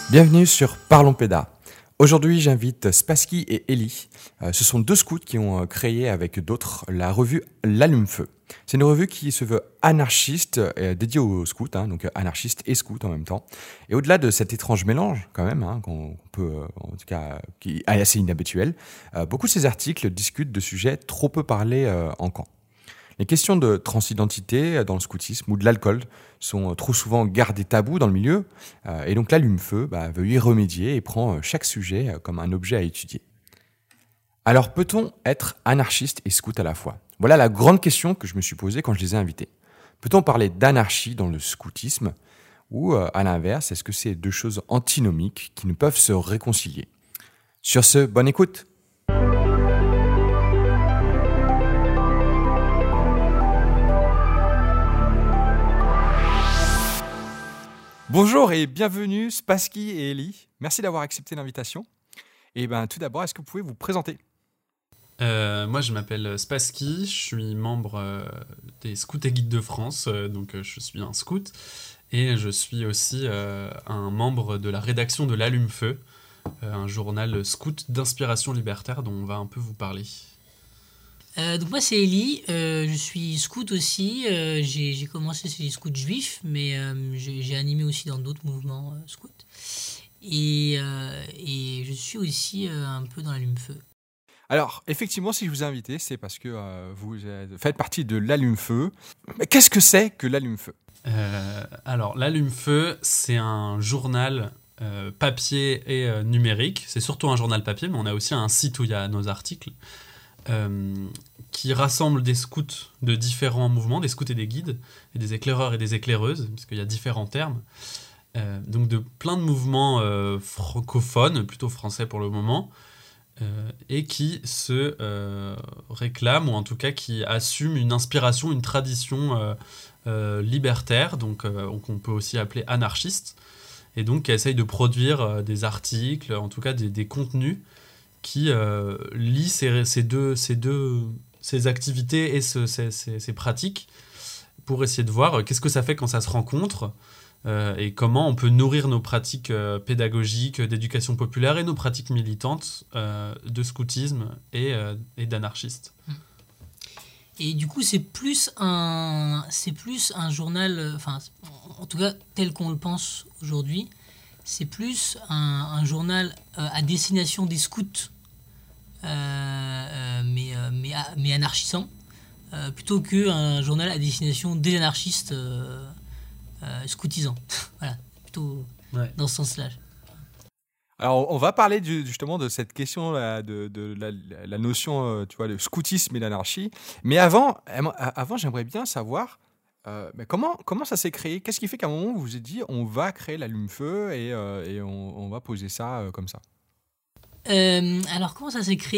Bienvenue sur Parlons Pédas. Aujourd'hui, j'invite Spassky et Ellie. Ce sont deux scouts qui ont créé avec d'autres la revue L'Allume-Feu. C'est une revue qui se veut anarchiste, dédiée aux scouts, donc anarchiste et scout en même temps. Et au-delà de cet étrange mélange, quand même, qu'on peut, en tout cas, qui est assez inhabituel, beaucoup de ces articles discutent de sujets trop peu parlés en camp. Les questions de transidentité dans le scoutisme ou de l'alcool sont trop souvent gardées tabous dans le milieu, et donc l'Allume-Feu veut y remédier et prend chaque sujet comme un objet à étudier. Alors peut-on être anarchiste et scout à la fois ? Voilà la grande question que je me suis posée quand je les ai invités. Peut-on parler d'anarchie dans le scoutisme ? Ou à l'inverse, est-ce que c'est deux choses antinomiques qui ne peuvent se réconcilier ? Sur ce, bonne écoute ! Bonjour et bienvenue Spassky et Ellie. Merci d'avoir accepté l'invitation. Et tout d'abord, est-ce que vous pouvez vous présenter ? Moi, je m'appelle Spassky, je suis membre des Scouts et Guides de France, donc je suis un scout. Et je suis aussi un membre de la rédaction de l'Allume-Feu, un journal scout d'inspiration libertaire dont on va un peu vous parler. Donc moi c'est Ellie, je suis scout aussi, j'ai commencé chez les scouts juifs, mais j'ai animé aussi dans d'autres mouvements scouts. Et je suis aussi un peu dans l'Allume-Feu. Alors, effectivement, si je vous ai invité, c'est parce que vous faites partie de l'Allume-Feu. Mais qu'est-ce que c'est que l'Allume-Feu ? Alors, l'Allume-Feu, c'est un journal papier et numérique. C'est surtout un journal papier, mais on a aussi un site où il y a nos articles. Qui rassemble des scouts de différents mouvements, des scouts et des guides, et des éclaireurs et des éclaireuses, parce qu'il y a différents termes. Donc de plein de mouvements francophones, plutôt français pour le moment, et qui se réclament, ou en tout cas qui assument une inspiration, une tradition libertaire, donc qu'on peut aussi appeler anarchiste, et donc qui essayent de produire des articles, en tout cas des contenus, qui lie ces activités et ces pratiques pour essayer de voir qu'est-ce que ça fait quand ça se rencontre et comment on peut nourrir nos pratiques pédagogiques, d'éducation populaire et nos pratiques militantes de scoutisme et d'anarchiste. Et du coup c'est plus un journal, enfin en tout cas tel qu'on le pense aujourd'hui, c'est plus un journal à destination des scouts, mais anarchisant, plutôt qu'un journal à destination des anarchistes scoutisants. Voilà, plutôt dans ce sens-là. Alors, on va parler justement de cette question de la notion, de scoutisme et d'anarchie. Mais avant, j'aimerais bien savoir comment ça s'est créé. Qu'est-ce qui fait qu'à un moment, vous vous êtes dit, on va créer l'Allume-Feu et on va poser ça comme ça ? Alors, comment ça s'est créé ?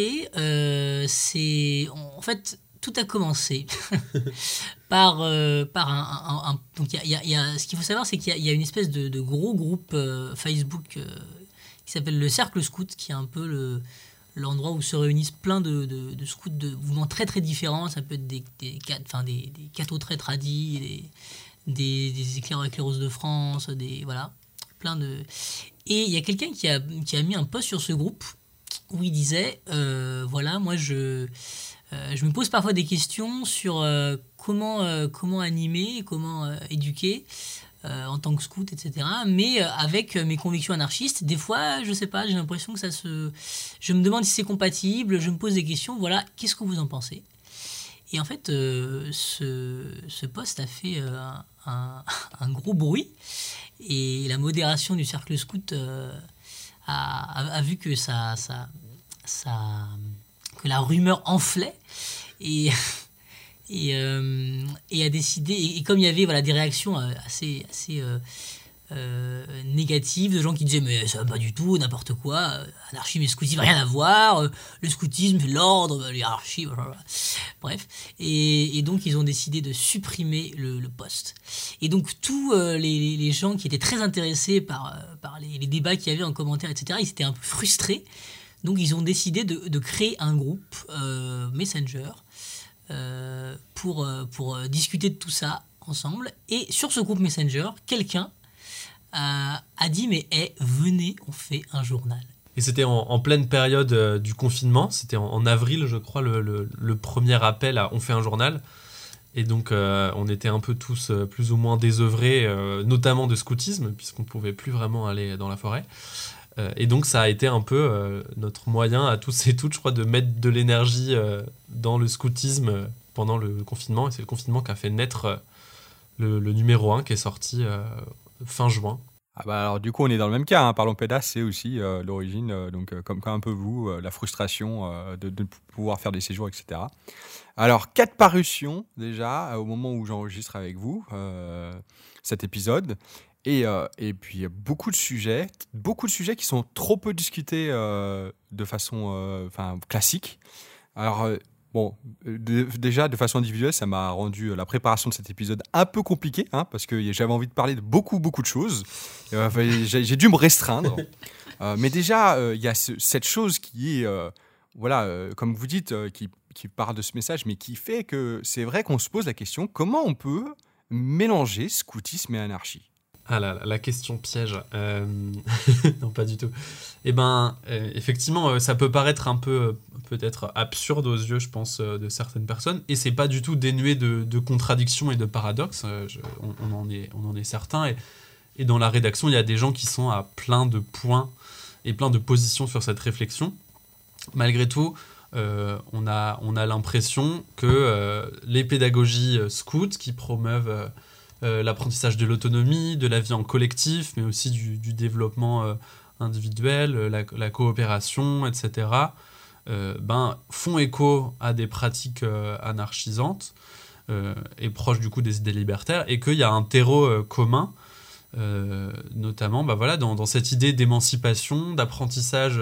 En fait, tout a commencé par un. Donc, ce qu'il faut savoir, c'est qu'il y a une espèce de gros groupe Facebook qui s'appelle le Cercle Scout, qui est un peu l'endroit où se réunissent plein de scouts de mouvements très très différents. Ça peut être des cathos très tradis, des éclaireurs éclaireuses de France, voilà, plein de. Et il y a quelqu'un qui a mis un post sur ce groupe où il disait voilà, moi je me pose parfois des questions sur comment animer, comment éduquer en tant que scout, etc. Mais avec mes convictions anarchistes, des fois, je sais pas, j'ai l'impression que je me demande si c'est compatible, je me pose des questions, voilà, qu'est-ce que vous en pensez ? Et en fait, ce post a fait un gros bruit, et la modération du Cercle Scout a vu que que la rumeur enflait et a décidé, et comme il y avait des réactions assez négatives de gens qui disaient mais ça va pas du tout, n'importe quoi, anarchie mais scoutisme rien à voir, le scoutisme l'ordre, l'hierarchie, bref, et donc ils ont décidé de supprimer le post. Et donc tous les gens qui étaient très intéressés par les débats qu'il y avait en commentaire, etc., ils étaient un peu frustrés. Donc ils ont décidé de créer un groupe Messenger pour discuter de tout ça ensemble. Et sur ce groupe Messenger, quelqu'un a dit mais venez, on fait un journal. Et c'était en pleine période du confinement, c'était en avril, je crois, le premier appel à On fait un journal. Et donc, on était un peu tous plus ou moins désœuvrés, notamment de scoutisme, puisqu'on ne pouvait plus vraiment aller dans la forêt. Et donc, ça a été un peu notre moyen à tous et toutes, je crois, de mettre de l'énergie dans le scoutisme pendant le confinement. Et c'est le confinement qui a fait naître le numéro 1 qui est sorti fin juin. Ah bah alors du coup on est dans le même cas, hein. Parlons Pédas, c'est aussi l'origine, comme un peu vous, la frustration de pouvoir faire des séjours, etc. Alors 4 parutions déjà au moment où j'enregistre avec vous cet épisode, et puis beaucoup de sujets qui sont trop peu discutés de façon classique. Alors bon, déjà de façon individuelle, ça m'a rendu la préparation de cet épisode un peu compliquée, hein, parce que j'avais envie de parler de beaucoup de choses. J'ai dû me restreindre. Mais déjà, il y a cette chose qui est, comme vous dites, qui part de ce message, mais qui fait que c'est vrai qu'on se pose la question, comment on peut mélanger scoutisme et anarchie ? Ah là, la question piège. Non, pas du tout. Effectivement, ça peut paraître un peu peut-être absurde aux yeux, je pense, de certaines personnes, et c'est pas du tout dénué de contradictions et de paradoxes. On en est certain, et dans la rédaction, il y a des gens qui sont à plein de points et plein de positions sur cette réflexion. Malgré tout, on a l'impression que les pédagogies scouts qui promeuvent l'apprentissage de l'autonomie, de la vie en collectif, mais aussi du développement individuel, la coopération, etc., font écho à des pratiques anarchisantes et proches du coup des idées libertaires, et qu'il y a un terreau commun, notamment dans cette idée d'émancipation, d'apprentissage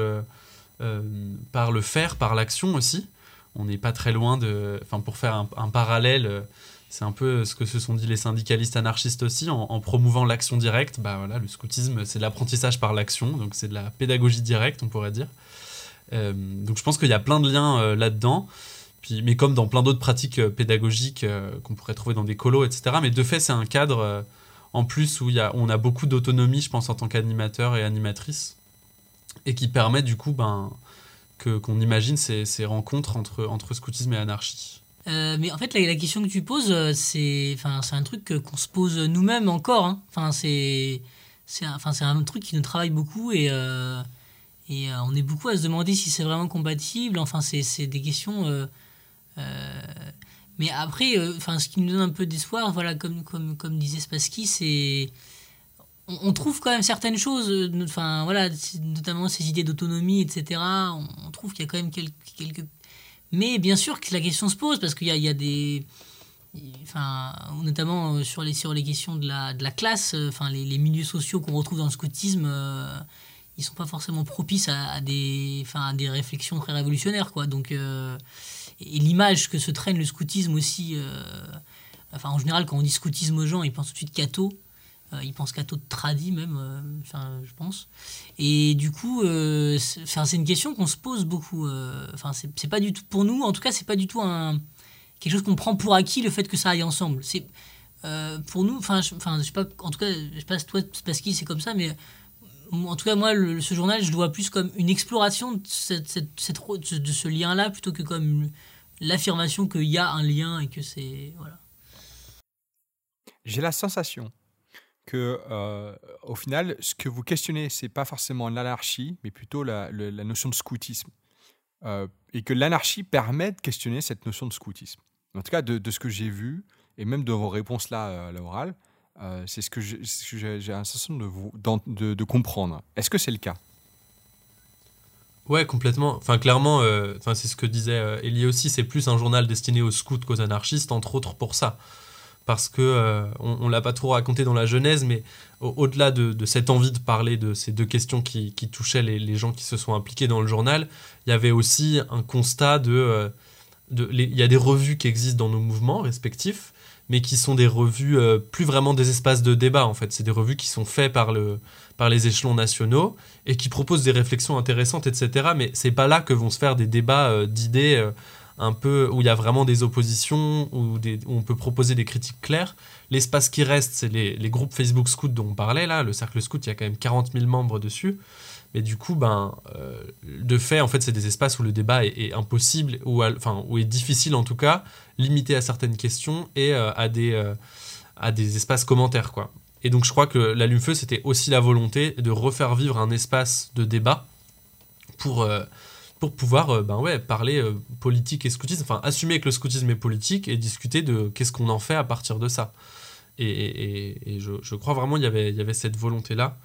par le faire, par l'action aussi. On n'est pas très loin pour faire un parallèle, c'est un peu ce que se sont dit les syndicalistes anarchistes aussi, en promouvant l'action directe. Le scoutisme, c'est de l'apprentissage par l'action, donc c'est de la pédagogie directe, on pourrait dire. Donc je pense qu'il y a plein de liens là-dedans, mais comme dans plein d'autres pratiques pédagogiques qu'on pourrait trouver dans des colos, etc. Mais de fait, c'est un cadre en plus où on a beaucoup d'autonomie, je pense, en tant qu'animateur et animatrice, et qui permet du coup qu'on imagine ces rencontres entre scoutisme et anarchie. Mais en fait, la question que tu poses, c'est un truc qu'on se pose nous-mêmes encore. Hein. C'est un truc qui nous travaille beaucoup, et on est beaucoup à se demander si c'est vraiment compatible. Enfin, c'est des questions. Mais après, ce qui nous donne un peu d'espoir, comme disait Spassky, c'est on trouve quand même certaines choses. Notamment ces idées d'autonomie, etc. On trouve qu'il y a quand même quelques. Mais bien sûr que la question se pose, parce qu'il y a des... notamment sur les questions de la classe, les milieux sociaux qu'on retrouve dans le scoutisme, ils sont pas forcément propices à des réflexions très révolutionnaires, quoi. Donc, et l'image que se traîne le scoutisme aussi, en général, quand on dit scoutisme aux gens, ils pensent tout de suite catho. Ils pensent catho de tradi même, je pense. Et du coup, c'est une question qu'on se pose beaucoup. C'est pas du tout, pour nous, en tout cas, c'est pas du tout quelque chose qu'on prend pour acquis, le fait que ça aille ensemble. C'est pour nous, je sais pas, en tout cas, je sais pas si toi, Spassky, c'est comme ça, mais en tout cas, moi, ce journal, je le vois plus comme une exploration de ce lien-là, plutôt que comme l'affirmation qu'il y a un lien et que c'est... Voilà. J'ai la sensation que, au final, ce que vous questionnez, c'est pas forcément l'anarchie, mais plutôt la notion de scoutisme. Et que l'anarchie permet de questionner cette notion de scoutisme. En tout cas, de ce que j'ai vu, et même de vos réponses là, à l'oral, c'est ce que j'ai la sensation de comprendre. Est-ce que c'est le cas ? Ouais, complètement. Clairement, c'est ce que disait Elie aussi, c'est plus un journal destiné aux scouts qu'aux anarchistes, entre autres pour ça. Parce que on l'a pas trop raconté dans la genèse, mais au-delà de cette envie de parler de ces deux questions qui touchaient les gens qui se sont impliqués dans le journal, il y avait aussi un constat il y a des revues qui existent dans nos mouvements respectifs, mais qui sont des revues plus vraiment des espaces de débat, en fait. C'est des revues qui sont faites par les échelons nationaux et qui proposent des réflexions intéressantes, etc. Mais c'est pas là que vont se faire des débats d'idées un peu où il y a vraiment des oppositions, où on peut proposer des critiques claires. L'espace qui reste, c'est les groupes Facebook Scout dont on parlait, là. Le cercle Scout, il y a quand même 40 000 membres dessus. Mais du coup, de fait, en fait, c'est des espaces où le débat est impossible, où est difficile en tout cas, limité à certaines questions et à des espaces commentaires, quoi. Et donc je crois que l'Allume-Feu, c'était aussi la volonté de refaire vivre un espace de débat pour pouvoir parler politique et scoutisme, enfin assumer que le scoutisme est politique et discuter de qu'est-ce qu'on en fait à partir de ça. Et je crois vraiment qu'il y avait cette volonté-là.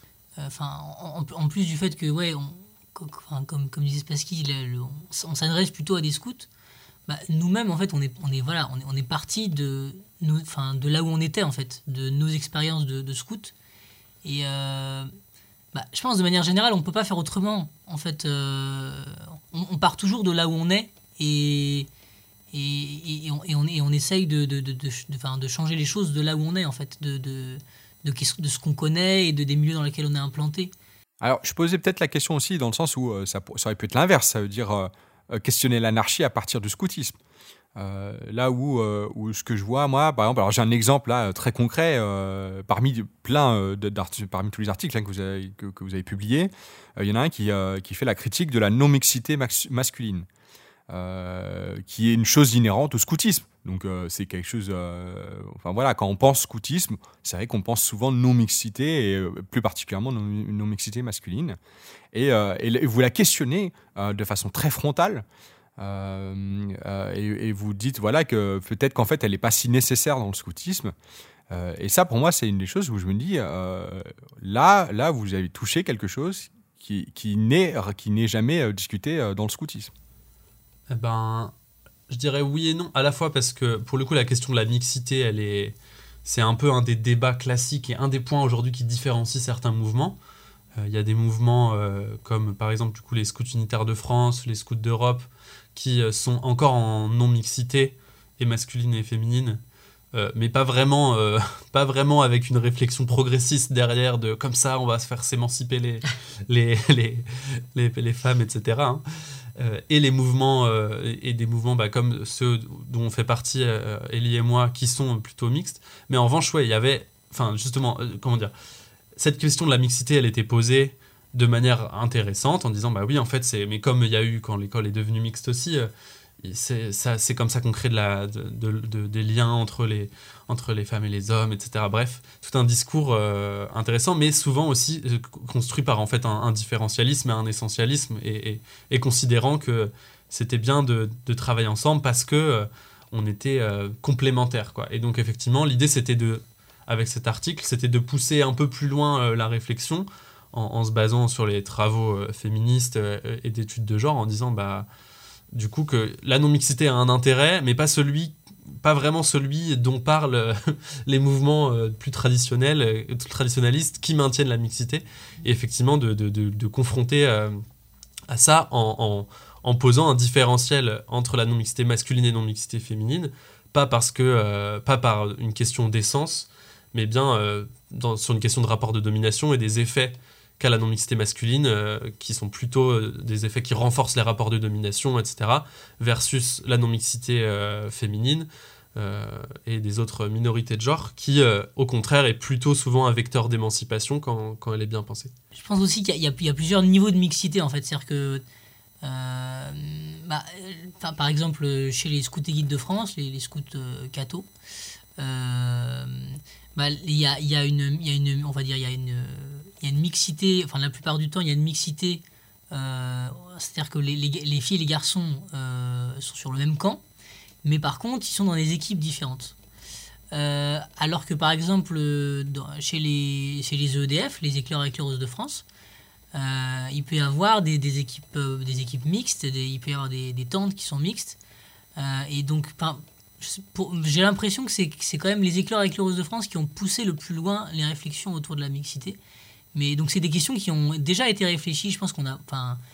En plus du fait que, comme disait Spassky, on s'adresse plutôt à des scouts, nous-mêmes, en fait, on est parti de là où on était, en fait, de nos expériences de scouts. Et je pense, de manière générale, on ne peut pas faire autrement. En fait, on part toujours de là où on est et on essaye de changer les choses de là où on est, en fait, de ce qu'on connaît et des milieux dans lesquels on est implanté. Alors, je posais peut-être la question aussi dans le sens où ça aurait pu être l'inverse, ça veut dire questionner l'anarchie à partir du scoutisme. Là où ce que je vois, moi, par exemple, alors j'ai un exemple là très concret parmi parmi tous les articles que vous avez publiés, il y en a un qui fait la critique de la non-mixité masculine, qui est une chose inhérente au scoutisme. Donc c'est quelque chose. Quand on pense scoutisme, c'est vrai qu'on pense souvent non-mixité et plus particulièrement non-mixité masculine. Et vous la questionnez de façon très frontale. Et vous dites que peut-être qu'en fait elle n'est pas si nécessaire dans le scoutisme, et ça pour moi c'est une des choses où je me dis là vous avez touché quelque chose qui n'est jamais discuté dans le scoutisme. Je dirais oui et non, à la fois parce que pour le coup la question de la mixité c'est un peu un des débats classiques et un des points aujourd'hui qui différencie certains mouvements. Il y a des mouvements comme par exemple du coup les scouts unitaires de France, les scouts d'Europe, qui sont encore en non-mixité et masculine et féminine, mais pas vraiment avec une réflexion progressiste derrière de comme ça on va se faire s'émanciper les femmes, etc. Hein. Et les mouvements et des mouvements comme ceux dont on fait partie, Elie et moi, qui sont plutôt mixtes. Mais en revanche, il y avait, justement, cette question de la mixité, elle était posée de manière intéressante en disant oui en fait mais comme il y a eu quand l'école est devenue mixte aussi, c'est comme ça qu'on crée des liens entre les femmes et les hommes, etc. Bref, tout un discours intéressant, mais souvent aussi construit par en fait un différentialisme et un essentialisme, et considérant que c'était bien de travailler ensemble parce que on était complémentaires, quoi. Et donc effectivement l'idée avec cet article, c'était de pousser un peu plus loin la réflexion en se basant sur les travaux féministes et d'études de genre, en disant du coup que la non-mixité a un intérêt, mais pas vraiment celui dont parlent les mouvements plus traditionnels, traditionnalistes, qui maintiennent la mixité, et effectivement de confronter à ça en posant un différentiel entre la non-mixité masculine et non-mixité féminine, pas par une question d'essence, mais bien sur une question de rapport de domination et des effets qu'a la non-mixité masculine, qui sont plutôt des effets qui renforcent les rapports de domination, etc., versus la non-mixité féminine et des autres minorités de genre, qui, au contraire, est plutôt souvent un vecteur d'émancipation quand elle est bien pensée. Je pense aussi qu'il y a plusieurs niveaux de mixité, en fait. C'est-à-dire que, par exemple, chez les scouts et guides de France, les scouts catho, il y a une mixité, enfin la plupart du temps il y a une mixité, c'est-à-dire que les filles et les garçons sont sur le même camp, mais par contre ils sont dans des équipes différentes. Alors que par exemple chez les EEDF, les éclaireurs et éclaireuses de France, il peut y avoir des équipes mixtes, il peut y avoir des tentes qui sont mixtes, et donc j'ai l'impression que c'est quand même les éclaireurs et éclaireuses de France qui ont poussé le plus loin les réflexions autour de la mixité. Mais donc c'est des questions qui ont déjà été réfléchies. Je pense qu'on n'a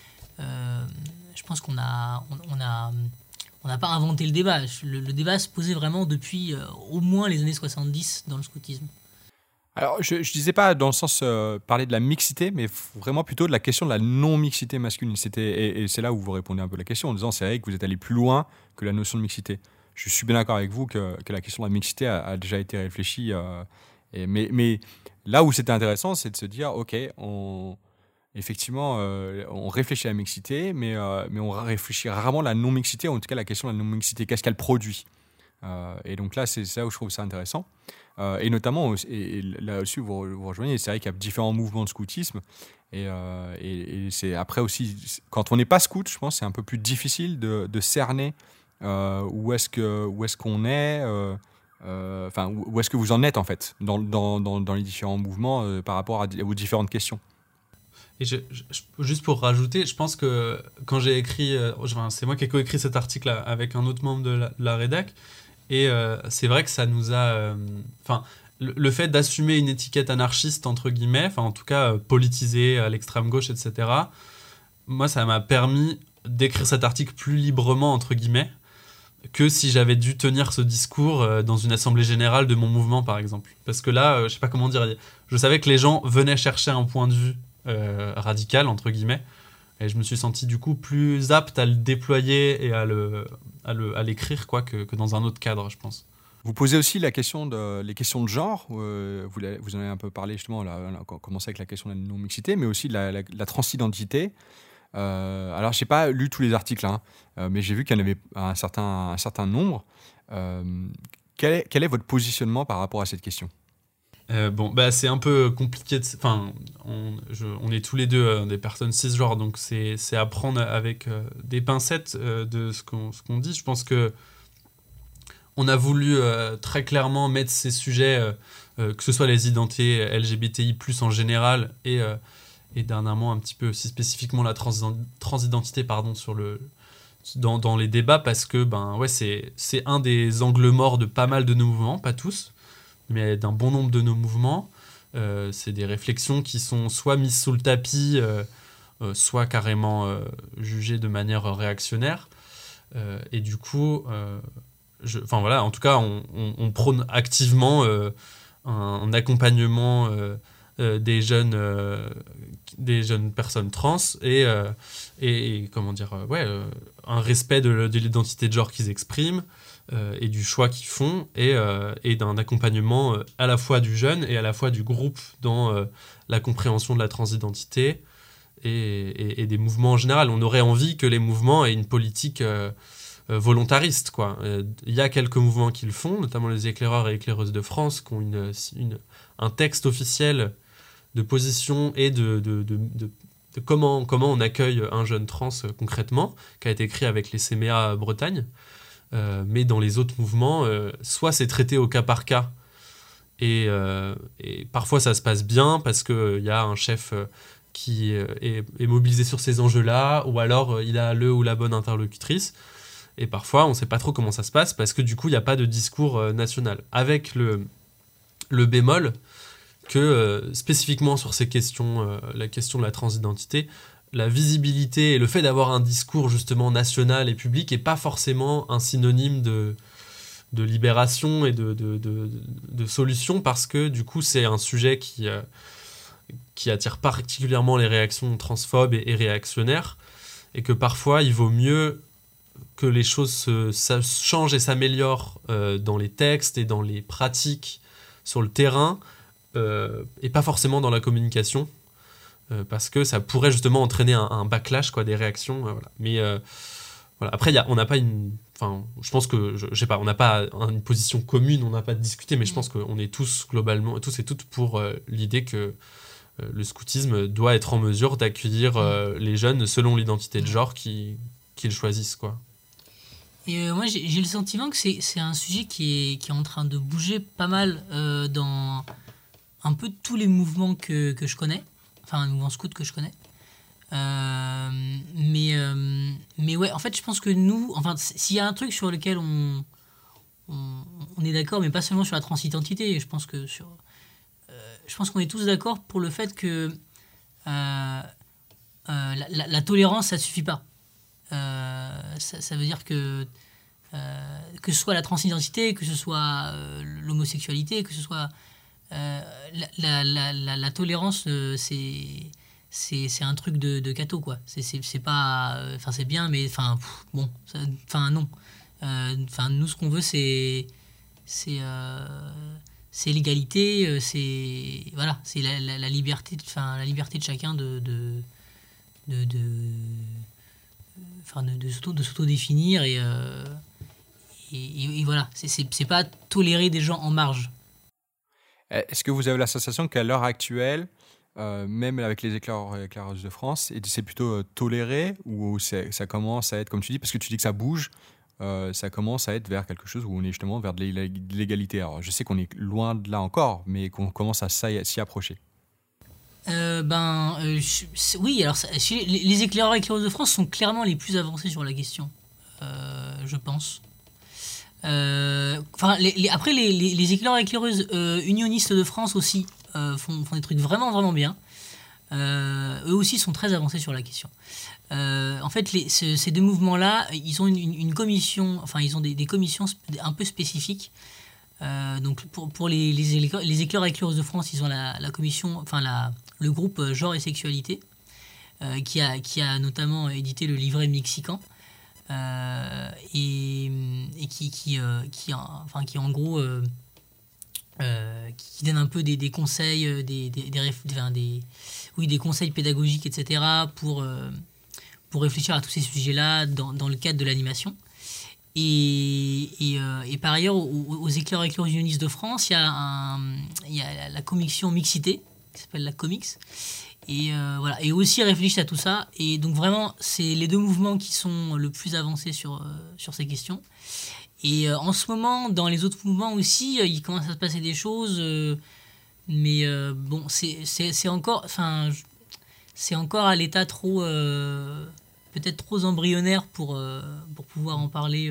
pas inventé le débat. Le débat se posait vraiment depuis au moins les années 70 dans le scoutisme. Alors, je disais pas dans le sens parler de la mixité, mais vraiment plutôt de la question de la non-mixité masculine. Et c'est là où vous répondez un peu à la question en disant c'est vrai que vous êtes allé plus loin que la notion de mixité. Je suis bien d'accord avec vous que la question de la mixité a déjà été réfléchie. Mais là où c'était intéressant, c'est de se dire ok, effectivement, on réfléchit à la mixité, mais on réfléchit rarement à la non-mixité, en tout cas la question de la non-mixité. Qu'est-ce qu'elle produit? Et donc là, c'est là où je trouve ça intéressant. Et notamment, et là aussi, vous rejoignez, c'est vrai qu'il y a différents mouvements de scoutisme. Et c'est après aussi, quand on n'est pas scout, je pense que c'est un peu plus difficile de cerner où est-ce qu'on est, enfin, où est-ce que vous en êtes en fait, dans les différents mouvements par rapport aux différentes questions. Et juste pour rajouter, je pense que quand j'ai écrit, c'est moi qui ai coécrit cet article avec un autre membre de la rédac, et c'est vrai que ça nous a... le fait d'assumer une étiquette anarchiste, entre guillemets, en tout cas politisée à l'extrême gauche, etc., moi, ça m'a permis d'écrire cet article plus librement, entre guillemets, que si j'avais dû tenir ce discours dans une assemblée générale de mon mouvement, par exemple. Parce que là, je sais pas comment dire, je savais que les gens venaient chercher un point de vue radical, entre guillemets, et je me suis senti du coup plus apte à le déployer et à l'écrire quoi, que dans un autre cadre, je pense. Vous posez aussi les questions de genre, vous en avez un peu parlé justement, là, on a commencé avec la question de la non-mixité, mais aussi de la transidentité. Alors, je n'ai pas lu tous les articles, mais j'ai vu qu'il y en avait un certain nombre. Quel est votre positionnement par rapport à cette question ? C'est un peu compliqué. On est tous les deux des personnes cisgenres, donc c'est à prendre avec des pincettes de ce qu'on dit. Je pense que on a voulu très clairement mettre ces sujets, que ce soit les identités LGBTI+ en général et dernièrement un petit peu aussi spécifiquement la transidentité dans les débats, parce que c'est un des angles morts de pas mal de nos mouvements, pas tous, mais d'un bon nombre de nos mouvements. C'est des réflexions qui sont soit mises sous le tapis, soit carrément jugées de manière réactionnaire. Et du coup, en tout cas, on prône activement un accompagnement des jeunes personnes trans et comment dire, un respect de l'identité de genre qu'ils expriment. Et du choix qu'ils font et d'un accompagnement à la fois du jeune et à la fois du groupe dans la compréhension de la transidentité et des mouvements en général. On aurait envie que les mouvements aient une politique volontariste, quoi. Y a quelques mouvements qui le font, notamment les éclaireurs et éclaireuses de France, qui ont un texte officiel de position et de comment on accueille un jeune trans concrètement, qui a été écrit avec les CMA Bretagne. Mais dans les autres mouvements, soit c'est traité au cas par cas, et parfois ça se passe bien parce qu'il y a un chef qui est mobilisé sur ces enjeux-là, ou alors il a le ou la bonne interlocutrice, et parfois on ne sait pas trop comment ça se passe parce que du coup il n'y a pas de discours national. Avec le bémol que spécifiquement sur ces questions, la question de la transidentité, la visibilité et le fait d'avoir un discours justement national et public n'est pas forcément un synonyme de libération et de solution, parce que du coup c'est un sujet qui attire particulièrement les réactions transphobes et réactionnaires, et que parfois il vaut mieux que les choses changent et s'améliorent dans les textes et dans les pratiques sur le terrain, et pas forcément dans la communication. Parce que ça pourrait justement entraîner un backlash, quoi, des réactions. Voilà. Mais voilà. Après, on n'a pas je pense que, je sais pas, on n'a pas une position commune, on n'a pas discuté, mais je pense qu'on est tous globalement, tous et toutes, pour l'idée que le scoutisme doit être en mesure d'accueillir les jeunes selon l'identité de genre qu'ils choisissent, quoi. Et moi, j'ai le sentiment que c'est un sujet qui est en train de bouger pas mal dans un peu tous les mouvements que je connais. Enfin, un mouvement scout que je connais. Mais ouais, en fait, je pense que nous... s'il y a un truc sur lequel on est d'accord, mais pas seulement sur la transidentité, je pense qu'on est tous d'accord pour le fait que la tolérance, ça ne suffit pas. Ça veut dire que ce soit la transidentité, que ce soit l'homosexualité, que ce soit La tolérance, c'est un truc de catho, quoi. C'est pas. Enfin, c'est bien, mais enfin, bon. Enfin, non. Enfin, nous, ce qu'on veut, c'est l'égalité, voilà, c'est la liberté, enfin, la liberté de chacun de s'auto-définir et voilà, c'est pas tolérer des gens en marge. Est-ce que vous avez la sensation qu'à l'heure actuelle, même avec les éclaireuses de France, c'est plutôt toléré ou ça commence à être, comme tu dis, parce que tu dis que ça bouge, ça commence à être vers quelque chose où on est justement vers de l'égalité. Alors je sais qu'on est loin de là encore, mais qu'on commence à s'y approcher. Oui, alors les éclaireurs et éclaireuses de France sont clairement les plus avancés sur la question, je pense. Après, les éclaireurs et éclaireuses unionistes de France aussi font des trucs vraiment, vraiment bien. Eux aussi sont très avancés sur la question. En fait, ces deux mouvements-là, ils ont une commission, enfin, ils ont des commissions un peu spécifiques. Donc, pour les éclaireurs et éclaireuses de France, ils ont la commission, enfin, le groupe Genre et Sexualité, qui a notamment édité le livret mexicain. Et qui en gros qui donne un peu des conseils, des conseils pédagogiques, etc. pour réfléchir à tous ces sujets-là dans le cadre de l'animation. Et par ailleurs, aux éclaireurs et éclaireuses unionistes de France, il y a la commission mixité qui s'appelle la Comix. Et voilà, et aussi réfléchissent à tout ça. Et donc vraiment, c'est les deux mouvements qui sont le plus avancés sur ces questions. Et en ce moment, dans les autres mouvements aussi, il commence à se passer des choses. Mais bon, c'est encore à l'état trop peut-être trop embryonnaire pour pouvoir en parler.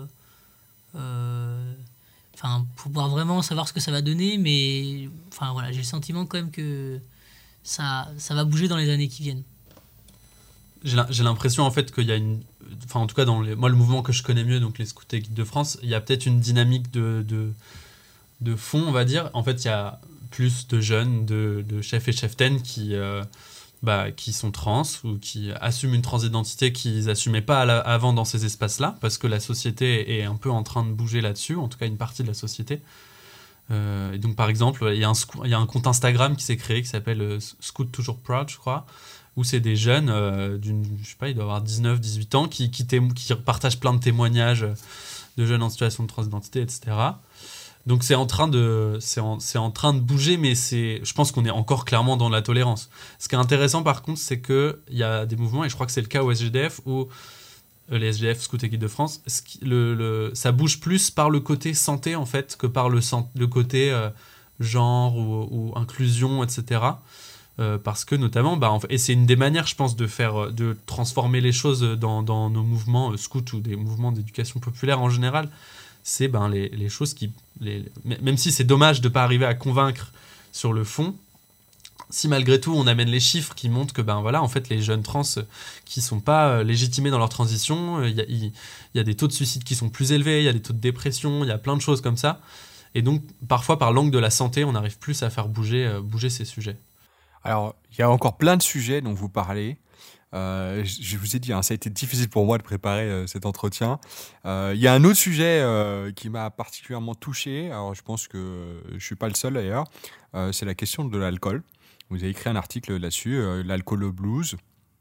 Pour pouvoir vraiment savoir ce que ça va donner. Mais enfin voilà, j'ai le sentiment quand même que ça va bouger dans les années qui viennent. J'ai l'impression en fait qu'il y a enfin en tout cas moi le mouvement que je connais mieux, donc les Scouts et Guides de France, il y a peut-être une dynamique de fond, on va dire. En fait, il y a plus de jeunes, de chefs et cheftaines qui sont trans ou qui assument une transidentité qu'ils n'assumaient pas avant dans ces espaces-là, parce que la société est un peu en train de bouger là-dessus, en tout cas une partie de la société. Et donc par exemple, il y a un compte Instagram qui s'est créé qui s'appelle Scout Toujours Proud, je crois, où c'est des jeunes je sais pas, il doit avoir 19-18 ans qui partagent plein de témoignages de jeunes en situation de transidentité, etc. Donc c'est en train de bouger, mais je pense qu'on est encore clairement dans la tolérance. Ce qui est intéressant par contre, c'est qu'il y a des mouvements, et je crois que c'est le cas au SGDF, où les SGF, Scouts et Guides de France, ça bouge plus par le côté santé en fait que par le côté genre ou inclusion, etc. Parce que notamment, et c'est une des manières, je pense, de transformer les choses dans nos mouvements scouts ou des mouvements d'éducation populaire en général, c'est les choses même si c'est dommage de ne pas arriver à convaincre sur le fond, si malgré tout on amène les chiffres qui montrent que en fait les jeunes trans qui sont pas légitimés dans leur transition, il y a des taux de suicide qui sont plus élevés, il y a des taux de dépression, il y a plein de choses comme ça, et donc parfois par l'angle de la santé on arrive plus à faire bouger ces sujets. Alors il y a encore plein de sujets dont vous parlez. Je vous ai dit, ça a été difficile pour moi de préparer cet entretien. Il y a un autre sujet qui m'a particulièrement touché. Alors, je pense que je ne suis pas le seul d'ailleurs. C'est la question de l'alcool. Vous avez écrit un article là-dessus, l'alcool blues.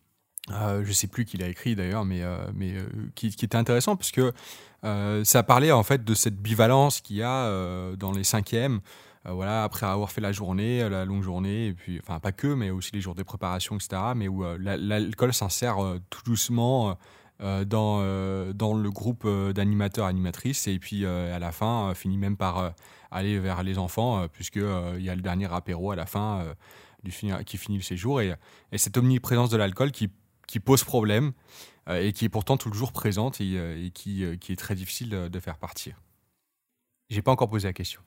Je ne sais plus qui l'a écrit d'ailleurs, mais qui était intéressant parce que ça parlait en fait de cette bivalence qu'il y a dans les cinquièmes. Voilà, après avoir fait la longue journée, et puis, enfin pas que, mais aussi les jours de préparation, etc. Mais où l'alcool s'insère tout doucement dans le groupe d'animateurs, animatrices, et puis à la fin finit même par aller vers les enfants, puisqu'il y a le dernier apéro à la fin qui finit le séjour, et cette omniprésence de l'alcool qui pose problème et qui est pourtant toujours présente et qui est très difficile de faire partir. J'ai pas encore posé la question.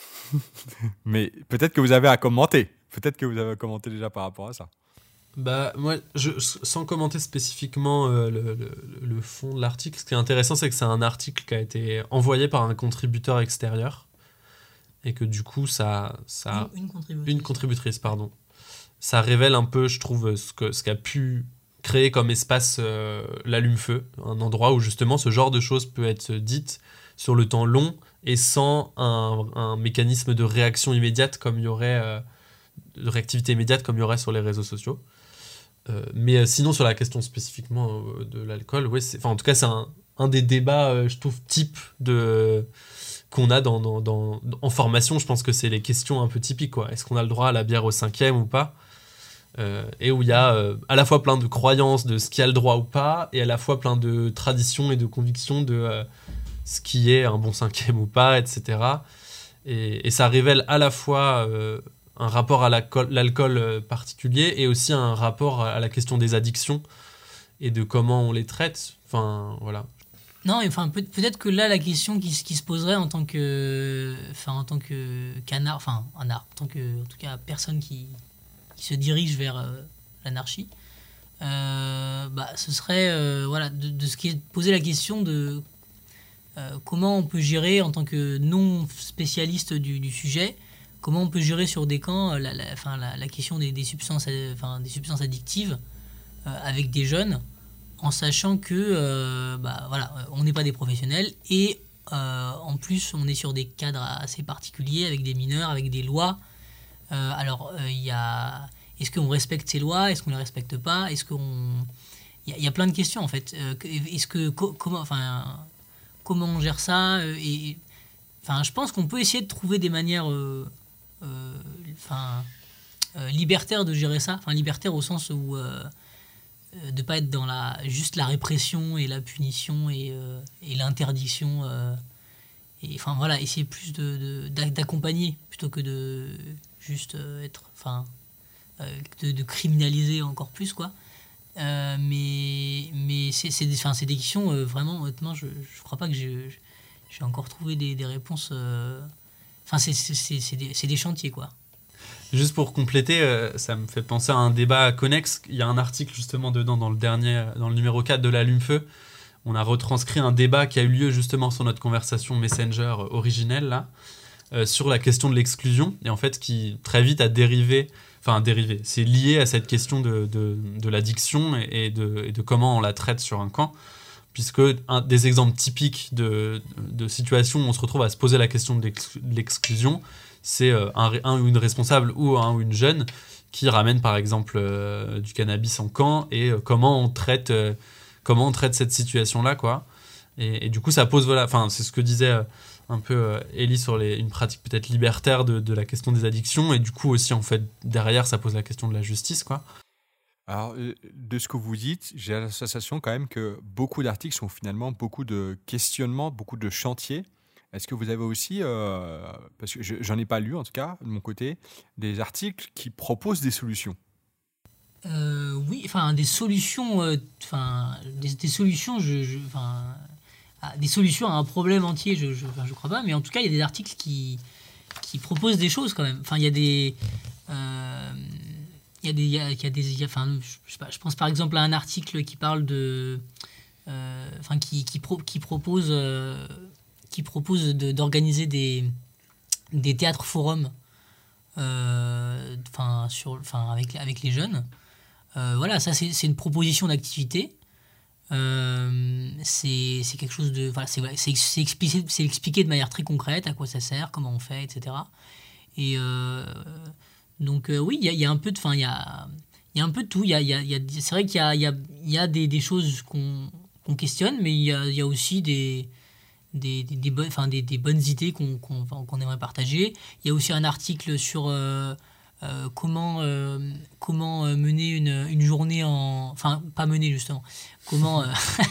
Mais peut-être que vous avez à commenter. Peut-être que vous avez commenté déjà par rapport à ça. Moi, sans commenter spécifiquement le fond de l'article, ce qui est intéressant, c'est que c'est un article qui a été envoyé par un contributeur extérieur. et que du coup, Une contributrice. Pardon. Ça révèle un peu, je trouve, ce qu'a pu créer comme espace l'allume-feu, un endroit où justement ce genre de choses peut être dite sur le temps long et sans un mécanisme de réaction immédiate comme il y aurait, de réactivité immédiate comme il y aurait sur les réseaux sociaux. Mais sinon, sur la question spécifiquement de l'alcool, ouais, en tout cas, c'est un des débats, je trouve, type qu'on a en formation. Je pense que c'est les questions un peu typiques, quoi. Est-ce qu'on a le droit à la bière au 5e ou pas ? Et où il y a à la fois plein de croyances de ce qui a le droit ou pas, et à la fois plein de traditions et de convictions de ce qui est un bon 5e ou pas, etc. Et ça révèle à la fois un rapport à l'alcool particulier et aussi un rapport à la question des addictions et de comment on les traite. Enfin, voilà. Non, enfin peut-être que là la question qui se poserait en tant que qu'anard, enfin anard, en tant que en tout cas personne qui se dirige vers l'anarchie, ce serait voilà de ce qui est poser la question de comment on peut gérer en tant que non spécialiste du sujet, comment on peut gérer sur des camps la question des substances addictives avec des jeunes, en sachant que on n'est pas des professionnels et en plus on est sur des cadres assez particuliers avec des mineurs, avec des lois. Est-ce qu'on respecte ces lois, est-ce qu'on les respecte pas, il y a plein de questions en fait. Comment on gère ça je pense qu'on peut essayer de trouver des manières libertaires de gérer ça, libertaires au sens où de pas être dans juste la répression et la punition et l'interdiction essayer plus d'accompagner plutôt que de juste être de criminaliser encore plus quoi. Mais c'est des questions vraiment honnêtement je crois pas que j'ai encore trouvé des réponses c'est des chantiers quoi. Juste pour compléter, ça me fait penser à un débat connexe. Il y a un article justement dedans dans le numéro 4 de l'Allume-Feu. On a retranscrit un débat qui a eu lieu justement sur notre conversation Messenger originelle là, sur la question de l'exclusion, et en fait qui très vite a dérivé, c'est lié à cette question de l'addiction et de comment on la traite sur un camp, puisque des exemples typiques de situations où on se retrouve à se poser la question de l'exclusion, c'est un ou une responsable ou un ou une jeune qui ramène par exemple du cannabis en camp, et comment on traite cette situation-là, quoi. Et du coup, ça pose, c'est ce que disait un peu Ellie sur une pratique peut-être libertaire de la question des addictions, et du coup aussi, en fait, derrière, ça pose la question de la justice, quoi. Alors, de ce que vous dites, j'ai la sensation quand même que beaucoup d'articles sont finalement beaucoup de questionnements, beaucoup de chantiers. Est-ce que vous avez aussi, parce que j'en ai pas lu en tout cas, de mon côté, des articles qui proposent des solutions ? Oui, des solutions, des solutions, des solutions à un problème entier, je crois pas, mais en tout cas, il y a des articles qui proposent des choses quand même. Il y a des, je pense par exemple à un article qui parle qui propose d'organiser des théâtres forums avec les jeunes. Ça c'est une proposition d'activité. C'est quelque chose de c'est expliqué de manière très concrète à quoi ça sert, comment on fait, etc. Et oui, il y a un peu de il y a un peu de tout. C'est vrai qu'il y a des choses qu'on questionne, mais il y a aussi des bonnes idées qu'on aimerait partager. Il y a aussi un article sur comment mener une journée pas mener justement, comment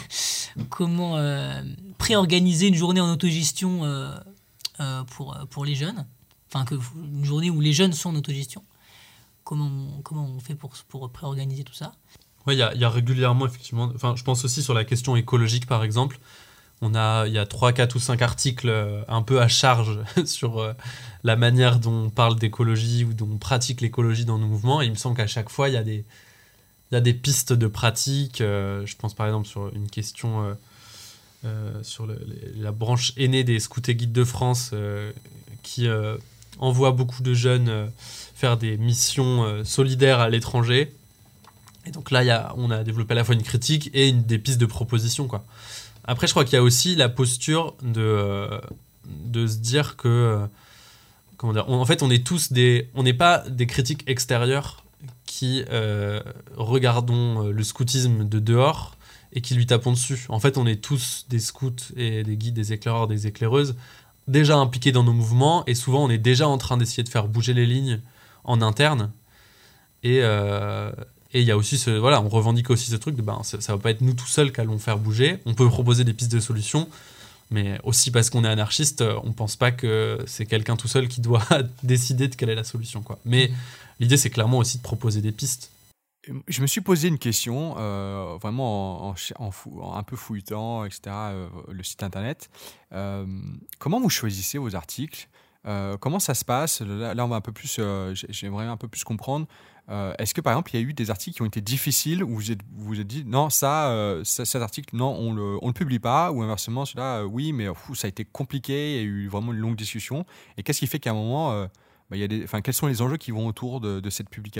préorganiser une journée en autogestion pour les jeunes, une journée où les jeunes sont en autogestion, comment on fait pour préorganiser tout ça. Ouais, il y a régulièrement effectivement, je pense aussi sur la question écologique par exemple. Il y a 3, 4 ou 5 articles un peu à charge sur la manière dont on parle d'écologie ou dont on pratique l'écologie dans nos mouvements. Et il me semble qu'à chaque fois, il y a des pistes de pratique. Je pense par exemple sur une question sur la branche aînée des Scouts et Guides de France qui envoie beaucoup de jeunes faire des missions solidaires à l'étranger. Et donc là, on a développé à la fois une critique et des pistes de propositions, quoi. Après, je crois qu'il y a aussi la posture de se dire que... comment dire, en fait, on n'est pas des critiques extérieures qui regardons le scoutisme de dehors et qui lui tapons dessus. En fait, on est tous des scouts et des guides, des éclaireurs, des éclaireuses, déjà impliqués dans nos mouvements, et souvent, on est déjà en train d'essayer de faire bouger les lignes en interne. Et il y a aussi on revendique aussi ce truc de ça va pas être nous tout seuls qui allons faire bouger. On peut proposer des pistes de solutions, mais aussi parce qu'on est anarchiste, on pense pas que c'est quelqu'un tout seul qui doit décider de quelle est la solution, quoi. Mais l'idée, c'est clairement aussi de proposer des pistes. Je me suis posé une question, vraiment un peu fouillant, etc., le site internet. Comment vous choisissez vos articles ? Comment ça se passe ? Là, on va un peu plus, j'aimerais un peu plus comprendre. Est-ce que, par exemple, il y a eu des articles qui ont été difficiles où vous vous êtes dit, non, cet article, non, on le publie pas, ou inversement, celui-là, oui, mais ça a été compliqué, il y a eu vraiment une longue discussion. Et qu'est-ce qui fait qu'à un moment, quels sont les enjeux qui vont autour de ces publications ?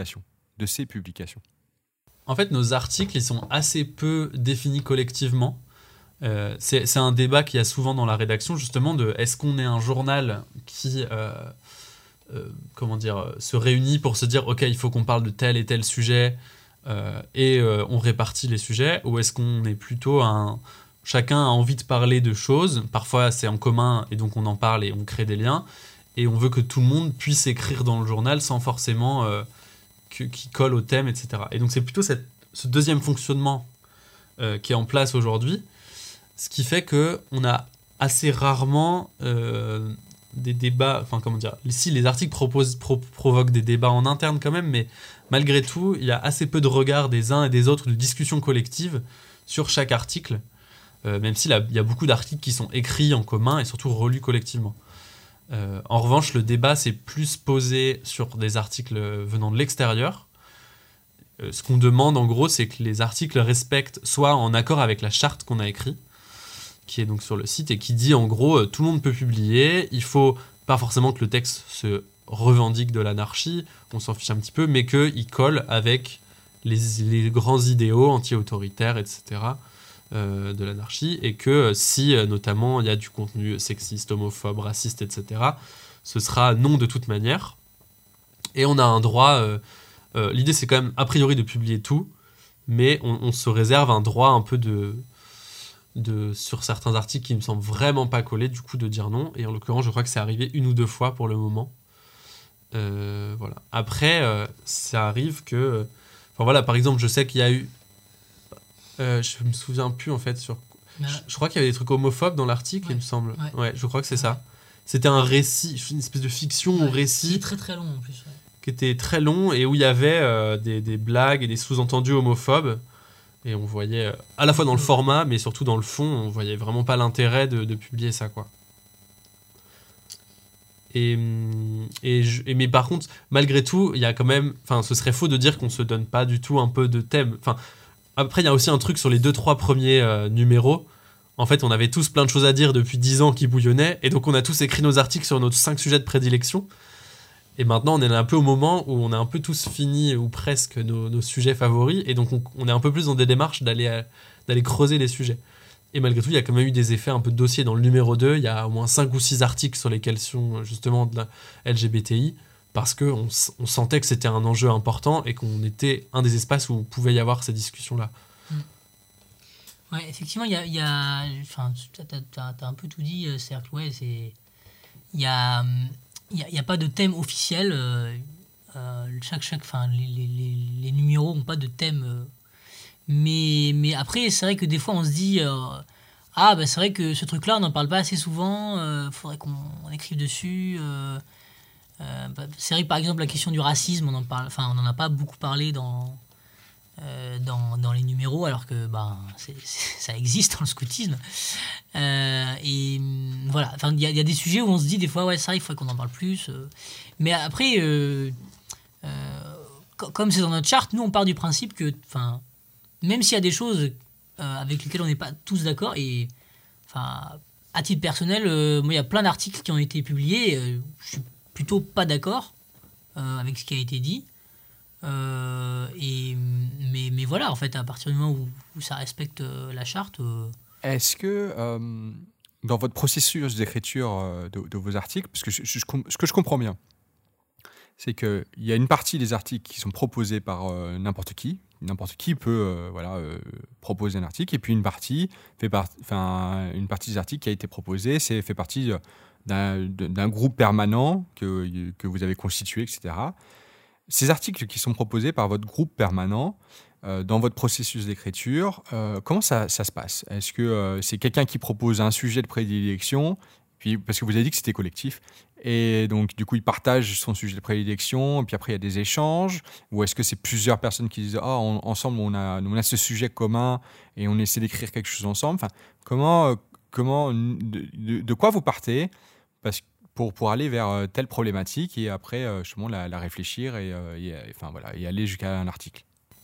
En fait, nos articles, ils sont assez peu définis collectivement. C'est un débat qu'il y a souvent dans la rédaction, justement, de est-ce qu'on est un journal qui se réunit pour se dire ok, il faut qu'on parle de tel et tel sujet et on répartit les sujets, ou est-ce qu'on est plutôt chacun a envie de parler de choses, parfois c'est en commun et donc on en parle et on crée des liens, et on veut que tout le monde puisse écrire dans le journal sans forcément qui colle au thème, etc. Et donc c'est plutôt ce deuxième fonctionnement qui est en place aujourd'hui, ce qui fait qu'on a assez rarement des débats, si les articles provoquent des débats en interne quand même, mais malgré tout, il y a assez peu de regards des uns et des autres, de discussions collectives sur chaque article, même s'il y a beaucoup d'articles qui sont écrits en commun et surtout relus collectivement. En revanche, le débat s'est plus posé sur des articles venant de l'extérieur. Ce qu'on demande en gros, c'est que les articles respectent, soit en accord avec la charte qu'on a écrite, qui est donc sur le site, et qui dit en gros tout le monde peut publier, il faut pas forcément que le texte se revendique de l'anarchie, on s'en fiche un petit peu, mais qu'il colle avec les grands idéaux anti-autoritaires, etc. De l'anarchie, et que si notamment il y a du contenu sexiste, homophobe, raciste, etc., ce sera non de toute manière. Et on a un droit, l'idée c'est quand même a priori de publier tout, mais on se réserve un droit un peu sur certains articles qui me semblent vraiment pas collés, du coup de dire non, et en l'occurrence je crois que c'est arrivé 1 ou 2 fois pour le moment. Voilà. Après ça arrive que par exemple je sais qu'il y a eu je me souviens plus en fait je crois qu'il y avait des trucs homophobes dans l'article, il me semble. Ouais, je crois que c'est ça. C'était un récit, une espèce de fiction ou récit. Qui est très très long en plus. Ouais. Qui était très long et où il y avait des blagues et des sous-entendus homophobes. Et on voyait, à la fois dans le format, mais surtout dans le fond, on voyait vraiment pas l'intérêt de publier ça, quoi. Mais par contre, malgré tout, il y a quand même... ce serait faux de dire qu'on se donne pas du tout un peu de thème. Après, il y a aussi un truc sur les 2-3 premiers numéros. En fait, on avait tous plein de choses à dire depuis 10 ans qui bouillonnaient, et donc on a tous écrit nos articles sur nos 5 sujets de prédilection. Et maintenant, on est un peu au moment où on a un peu tous fini, ou presque, nos sujets favoris, et donc on est un peu plus dans des démarches d'aller creuser les sujets. Et malgré tout, il y a quand même eu des effets un peu de dossier dans le numéro 2, il y a au moins 5 ou 6 articles sur les questions justement de la LGBTI, parce qu'on sentait que c'était un enjeu important et qu'on était un des espaces où pouvait y avoir ces discussions-là. Ouais, effectivement, il y a t'as un peu tout dit, c'est-à-dire que il y a pas de thème officiel, les numéros n'ont pas de thème, mais après c'est vrai que des fois on se dit c'est vrai que ce truc-là on n'en parle pas assez souvent, faudrait qu'on écrive dessus. C'est vrai que par exemple la question du racisme on n'en a pas beaucoup parlé dans les numéros, alors que ça existe dans le scoutisme, et voilà, il y a des sujets où on se dit des fois ça il faudrait qu'on en parle plus, mais après comme c'est dans notre charte, nous on part du principe que même s'il y a des choses avec lesquelles on n'est pas tous d'accord, et à titre personnel, moi, il y a plein d'articles qui ont été publiés. Je suis plutôt pas d'accord avec ce qui a été dit. Mais voilà, en fait, à partir du moment où ça respecte la charte. Est-ce que dans votre processus d'écriture de vos articles, parce que ce que je comprends bien, c'est qu'il y a une partie des articles qui sont proposés par n'importe qui. N'importe qui peut proposer un article. Et puis une partie des articles qui a été proposée, c'est fait partie d'un groupe permanent que vous avez constitué, etc. Ces articles qui sont proposés par votre groupe permanent, dans votre processus d'écriture, comment ça se passe ? Est-ce que c'est quelqu'un qui propose un sujet de prédilection ? Puis, parce que vous avez dit que c'était collectif, et donc du coup il partage son sujet de prédilection, et puis après il y a des échanges, ou est-ce que c'est plusieurs personnes qui disent ensemble on a ce sujet commun et on essaie d'écrire quelque chose ensemble. Enfin, de quoi vous partez pour aller vers telle problématique et après justement la réfléchir et aller jusqu'à un article.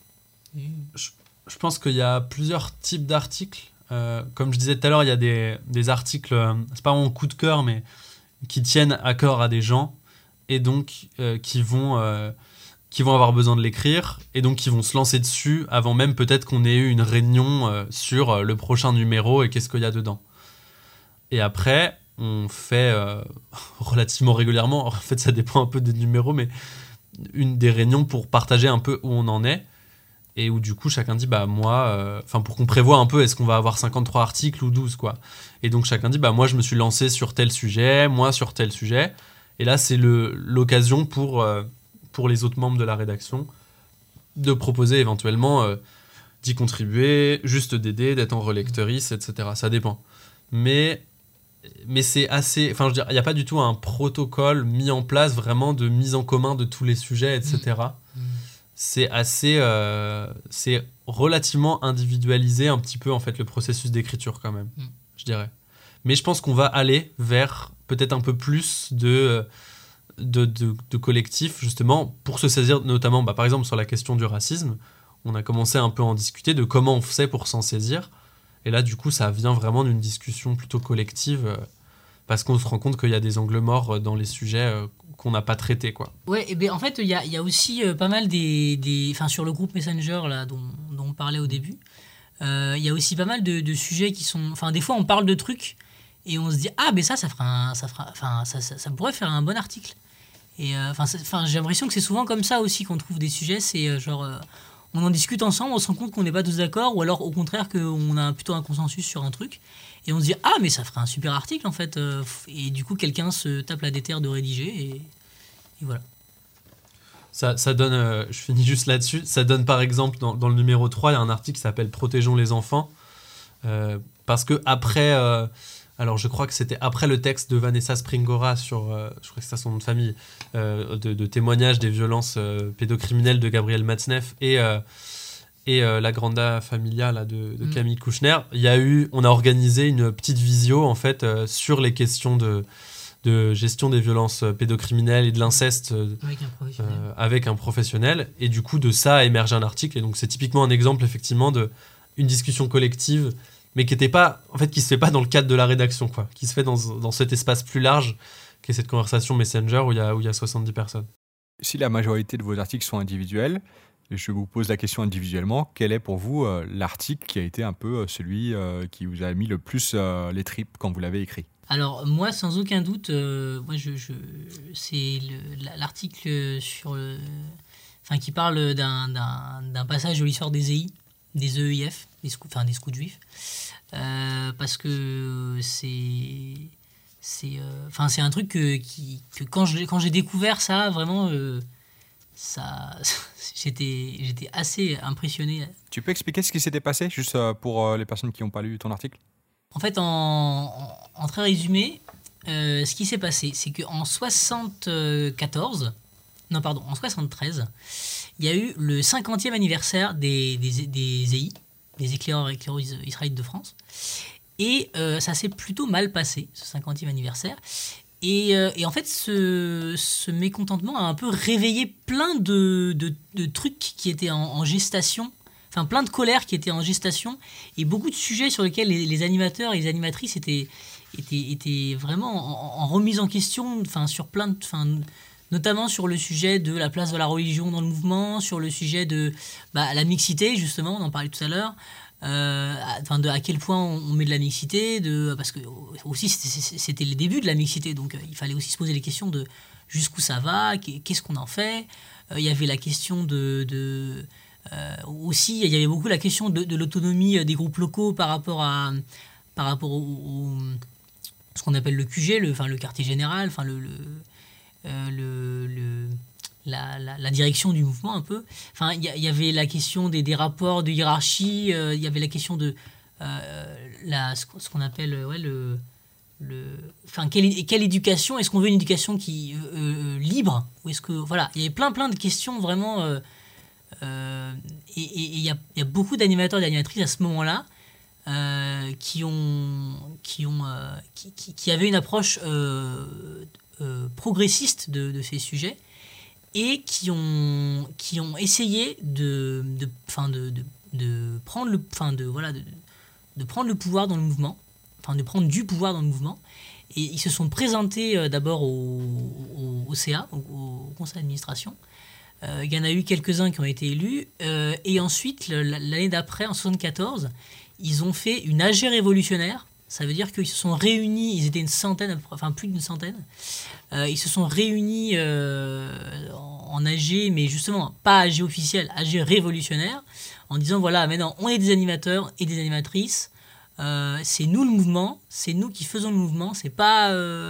Je pense qu'il y a plusieurs types d'articles. Comme je disais tout à l'heure, il y a des articles, c'est pas vraiment coup de cœur, mais qui tiennent à cœur à des gens et donc qui vont avoir besoin de l'écrire et donc qui vont se lancer dessus avant même peut-être qu'on ait eu une réunion sur le prochain numéro et qu'est-ce qu'il y a dedans. Et après, on fait relativement régulièrement, en fait ça dépend un peu des numéros, mais des réunions pour partager un peu où on en est. Et où du coup chacun dit moi, pour qu'on prévoie un peu est-ce qu'on va avoir 53 articles ou 12 quoi. Et donc chacun dit moi je me suis lancé sur tel sujet, moi sur tel sujet. Et là c'est l'occasion pour les autres membres de la rédaction de proposer éventuellement d'y contribuer, juste d'aider, d'être en relectrice, etc. Ça dépend. Mais c'est assez, il n'y a pas du tout un protocole mis en place vraiment de mise en commun de tous les sujets, etc. C'est assez c'est relativement individualisé un petit peu en fait le processus d'écriture quand même, je dirais. Mais je pense qu'on va aller vers peut-être un peu plus de collectif justement pour se saisir notamment par exemple sur la question du racisme. On a commencé un peu à en discuter de comment on fait pour s'en saisir et là du coup ça vient vraiment d'une discussion plutôt collective parce qu'on se rend compte qu'il y a des angles morts dans les sujets qu'on n'a pas traités, quoi. Ouais, et ben en fait, il y a aussi pas mal sur le groupe Messenger là, dont on parlait au début, il y a aussi pas mal de sujets qui sont... Enfin, des fois, on parle de trucs et on se dit « Ah, mais ça pourrait faire un bon article. » Et j'ai l'impression que c'est souvent comme ça aussi qu'on trouve des sujets. C'est on en discute ensemble, on se rend compte qu'on n'est pas tous d'accord, ou alors au contraire qu'on a plutôt un consensus sur un truc. Et on se dit « Ah, mais ça ferait un super article, en fait. » Et du coup, quelqu'un se tape la déterre de rédiger, et voilà. Ça donne, je finis juste là-dessus, ça donne par exemple, dans le numéro 3, il y a un article qui s'appelle « Protégeons les enfants ». Parce que après, alors je crois que c'était après le texte de Vanessa Springora sur, je crois que c'est ça son nom de famille, de témoignage des violences pédocriminelles de Gabriel Matzneff et la Granda Familia là, de Camille Kouchner, on a organisé une petite visio en fait sur les questions de gestion des violences pédocriminelles et de l'inceste avec un professionnel. Et du coup, de ça a émergé un article. Et donc, c'est typiquement un exemple effectivement d'une discussion collective, mais qui se fait pas dans le cadre de la rédaction, quoi, qui se fait dans cet espace plus large qu'est cette conversation Messenger où il y a 70 personnes. Si la majorité de vos articles sont individuels, je vous pose la question individuellement, quel est pour vous l'article qui a été un peu celui qui vous a mis le plus les tripes quand vous l'avez écrit ? Alors moi, sans aucun doute, c'est l'article qui parle d'un passage de l'histoire des EI, des EIF, des scouts juifs, parce que c'est un truc que quand j'ai découvert ça, vraiment, j'étais assez impressionné. Tu peux expliquer ce qui s'était passé, juste pour les personnes qui n'ont pas lu ton article ? En fait, en très résumé, ce qui s'est passé, c'est qu'en 73, il y a eu le 50e anniversaire des EI, des éclaireurs israélites de France. Et ça s'est plutôt mal passé, ce 50e anniversaire. Et en fait, ce mécontentement a un peu réveillé plein de trucs qui étaient en gestation. Enfin, plein de colères qui étaient en gestation et beaucoup de sujets sur lesquels les animateurs et les animatrices étaient était vraiment en remise en question, sur plein de, notamment sur le sujet de la place de la religion dans le mouvement, sur le sujet de la mixité, justement, on en parlait tout à l'heure, à quel point on met de la mixité, parce que aussi c'était les débuts de la mixité, donc il fallait aussi se poser les questions de jusqu'où ça va, qu'est-ce qu'on en fait. Il y avait la question aussi, il y avait beaucoup la question de l'autonomie des groupes locaux par rapport au ce qu'on appelle le QG, le quartier général, la direction du mouvement un peu. Il y avait la question des rapports de hiérarchie, il y avait la question de ce qu'on appelle quelle éducation, est-ce qu'on veut une éducation qui libre, ou est-ce que voilà, il y avait plein de questions vraiment, et il y a beaucoup d'animateurs et d'animatrices à ce moment-là qui avaient une approche progressiste de ces sujets, et qui ont essayé de prendre le pouvoir dans le mouvement, de prendre du pouvoir dans le mouvement. Et ils se sont présentés d'abord au CA, au conseil d'administration. Il y en a eu quelques-uns qui ont été élus, et ensuite l'année d'après, en 1974, ils ont fait une AG révolutionnaire. Ça veut dire qu'ils se sont réunis, ils étaient une centaine, plus d'une centaine. Ils se sont réunis en AG, mais justement pas AG officiel, AG révolutionnaire, en disant voilà, maintenant on est des animateurs et des animatrices, c'est nous le mouvement, c'est nous qui faisons le mouvement, c'est pas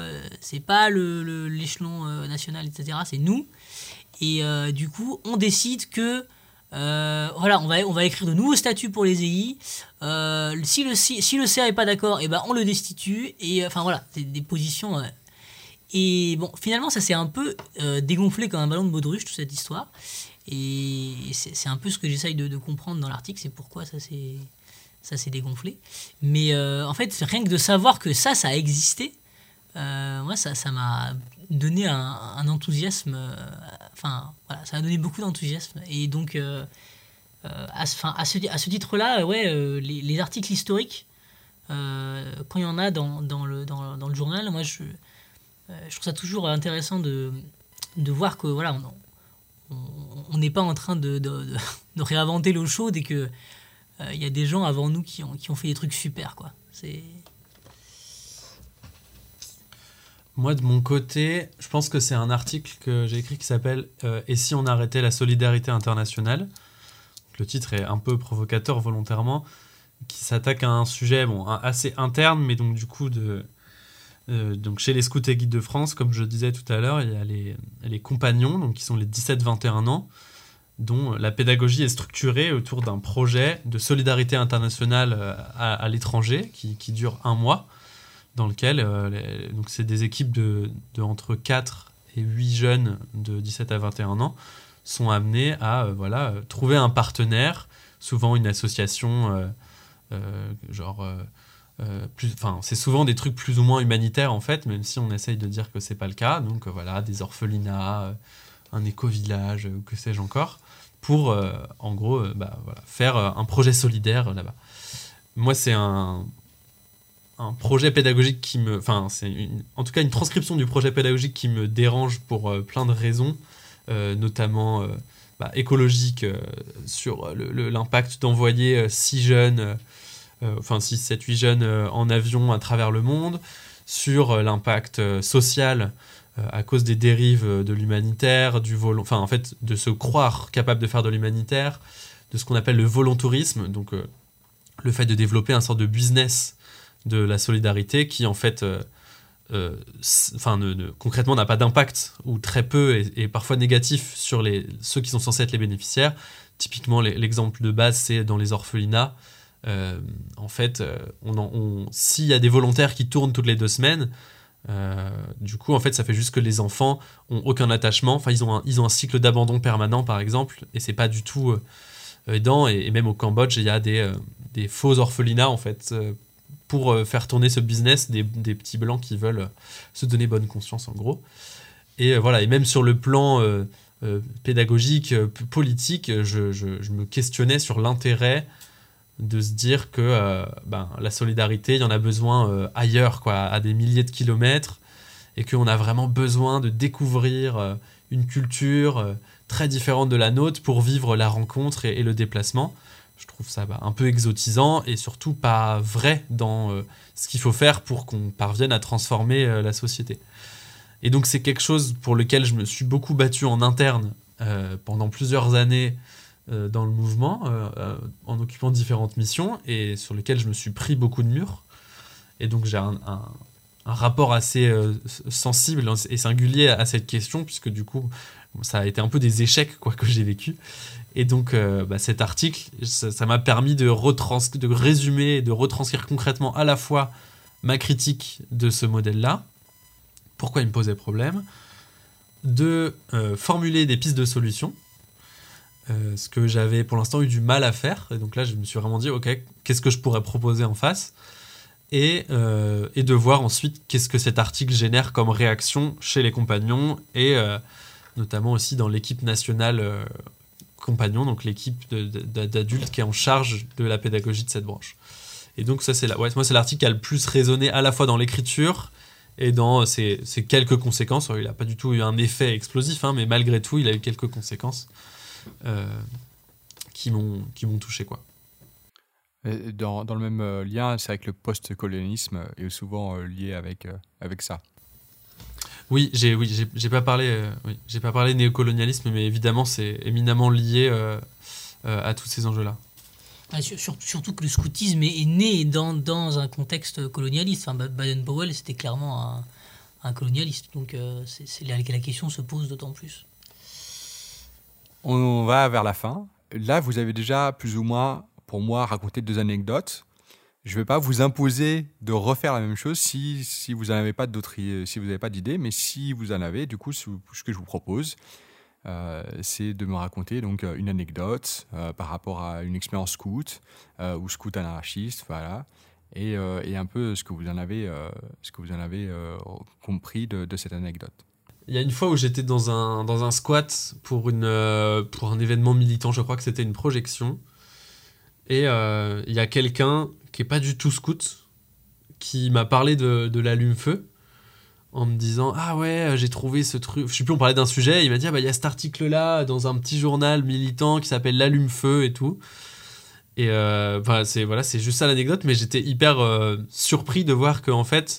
l'échelon national, etc. C'est nous. Et du coup, on décide que on va écrire de nouveaux statuts pour les EI. Si le CA n'est pas d'accord, on le destitue. Et c'est des positions. Et bon, finalement, ça s'est un peu dégonflé comme un ballon de baudruche, toute cette histoire. Et c'est un peu ce que j'essaye de comprendre dans l'article, c'est pourquoi ça s'est dégonflé. Mais en fait, rien que de savoir que ça a existé, moi, ça m'a donné un enthousiasme. Ça m'a donné beaucoup d'enthousiasme. Et donc, à ce titre-là, les articles historiques, quand il y en a dans le journal, moi, je trouve ça toujours intéressant de voir que on n'est pas en train de réinventer l'eau chaude, et que il y a des gens avant nous qui ont fait des trucs super, quoi. Moi, de mon côté, je pense que c'est un article que j'ai écrit qui s'appelle « Et si on arrêtait la solidarité internationale ?» Le titre est un peu provocateur volontairement, qui s'attaque à un sujet assez interne, mais donc du coup, donc chez les scouts et guides de France, comme je disais tout à l'heure, il y a les compagnons, donc qui sont les 17-21 ans, dont la pédagogie est structurée autour d'un projet de solidarité internationale à l'étranger qui dure 1 mois, dans lequel donc c'est des équipes de entre 4 et 8 jeunes de 17 à 21 ans sont amenés à trouver un partenaire, souvent une association c'est souvent des trucs plus ou moins humanitaires en fait, même si on essaye de dire que c'est pas le cas. Donc des orphelinats, un éco-village, ou que sais-je encore, pour en gros faire un projet solidaire là-bas. Moi, c'est un projet pédagogique en tout cas une transcription du projet pédagogique qui me dérange pour plein de raisons, notamment écologique, sur l'impact d'envoyer 6 jeunes, 6, 7, 8 jeunes en avion à travers le monde, sur l'impact social à cause des dérives de l'humanitaire, de se croire capable de faire de l'humanitaire, de ce qu'on appelle le volontourisme, donc le fait de développer un sorte de business de la solidarité qui en fait concrètement n'a pas d'impact, ou très peu, et parfois négatif sur ceux qui sont censés être les bénéficiaires. Typiquement, l'exemple de base, c'est dans les orphelinats. S'il y a des volontaires qui tournent toutes les 2 semaines, du coup en fait ça fait juste que les enfants ont aucun attachement, ils ont un cycle d'abandon permanent par exemple, et c'est pas du tout aidant. Et même au Cambodge, il y a des faux orphelinats en fait, pour faire tourner ce business des petits blancs qui veulent se donner bonne conscience en gros. Et et même sur le plan pédagogique, politique, je me questionnais sur l'intérêt de se dire que la solidarité, il y en a besoin ailleurs, quoi, à des milliers de kilomètres, et qu'on a vraiment besoin de découvrir une culture très différente de la nôtre pour vivre la rencontre et le déplacement. Je trouve ça un peu exotisant et surtout pas vrai dans ce qu'il faut faire pour qu'on parvienne à transformer la société. Et donc c'est quelque chose pour lequel je me suis beaucoup battu en interne pendant plusieurs années dans le mouvement, en occupant différentes missions, et sur lequel je me suis pris beaucoup de murs. Et donc j'ai un rapport assez sensible et singulier à cette question, puisque du coup ça a été un peu des échecs, quoi, que j'ai vécu. Et donc cet article, ça m'a permis de résumer, de retranscrire concrètement à la fois ma critique de ce modèle-là, pourquoi il me posait problème, de formuler des pistes de solutions, ce que j'avais pour l'instant eu du mal à faire. Et donc là, je me suis vraiment dit, ok, qu'est-ce que je pourrais proposer en face, et de voir ensuite qu'est-ce que cet article génère comme réaction chez les compagnons, et notamment aussi dans l'équipe nationale compagnons, donc l'équipe d'adultes qui est en charge de la pédagogie de cette branche. Et donc ça, moi, c'est l'article qui a le plus résonné à la fois dans l'écriture et dans ses quelques conséquences. Alors, il n'a pas du tout eu un effet explosif, hein, mais malgré tout, il a eu quelques conséquences qui m'ont touché, quoi. Dans le même lien, c'est vrai que le post-colonialisme est souvent lié avec ça. Oui, j'ai pas parlé néocolonialisme, mais évidemment c'est éminemment lié à tous ces enjeux-là. Surtout que le scoutisme est né dans un contexte colonialiste. Enfin, Baden-Powell, c'était clairement un colonialiste, donc la question se pose d'autant plus. On va vers la fin. Là, vous avez déjà plus ou moins, pour moi, raconté 2 anecdotes. Je ne vais pas vous imposer de refaire la même chose si vous n'avez pas si vous n'avez pas d'idée, mais si vous en avez, du coup, ce que je vous propose, c'est de me raconter donc une anecdote par rapport à une expérience scout ou scout anarchiste, voilà, et un peu ce que vous en avez compris de cette anecdote. Il y a une fois où j'étais dans un squat pour un événement militant, je crois que c'était une projection, et il y a quelqu'un qui est pas du tout scout qui m'a parlé de l'allume-feu en me disant « Ah ouais, j'ai trouvé ce truc... » Je sais plus, on parlait d'un sujet, il m'a dit « Ah bah il y a cet article-là dans un petit journal militant qui s'appelle l'allume-feu et tout. » Et c'est juste ça l'anecdote, mais j'étais hyper surpris de voir qu'en fait,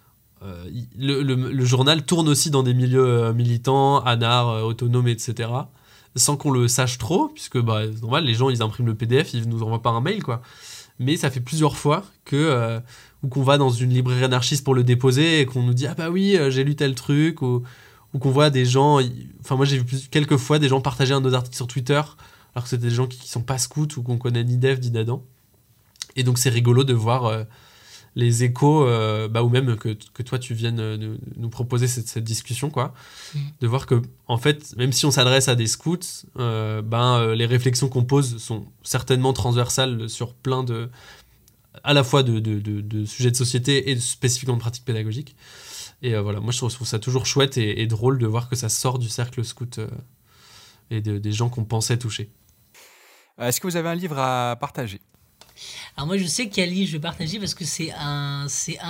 le journal tourne aussi dans des milieux militants, anards, autonomes, etc., sans qu'on le sache trop, puisque c'est normal, les gens ils impriment le PDF, ils nous envoient pas un mail, quoi. Mais ça fait plusieurs fois ou qu'on va dans une librairie anarchiste pour le déposer et qu'on nous dit « Ah bah oui, j'ai lu tel truc », ou qu'on voit des gens... Enfin, moi j'ai vu quelques fois des gens partager un de nos articles sur Twitter, alors que c'était des gens qui sont pas scouts ou qu'on connaît ni d'Ève ni d'Adam. Et donc c'est rigolo de voir les échos, ou même que toi tu viennes nous proposer cette discussion, quoi. De voir que, en fait, même si on s'adresse à des scouts, les réflexions qu'on pose sont certainement transversales sur plein à la fois de sujets de société et spécifiquement de pratiques pédagogiques. Et voilà, moi je trouve ça toujours chouette et drôle de voir que ça sort du cercle scout et des gens qu'on pensait toucher. Est-ce que vous avez un livre à partager ? Alors moi je sais quel livre je vais partager parce que c'est un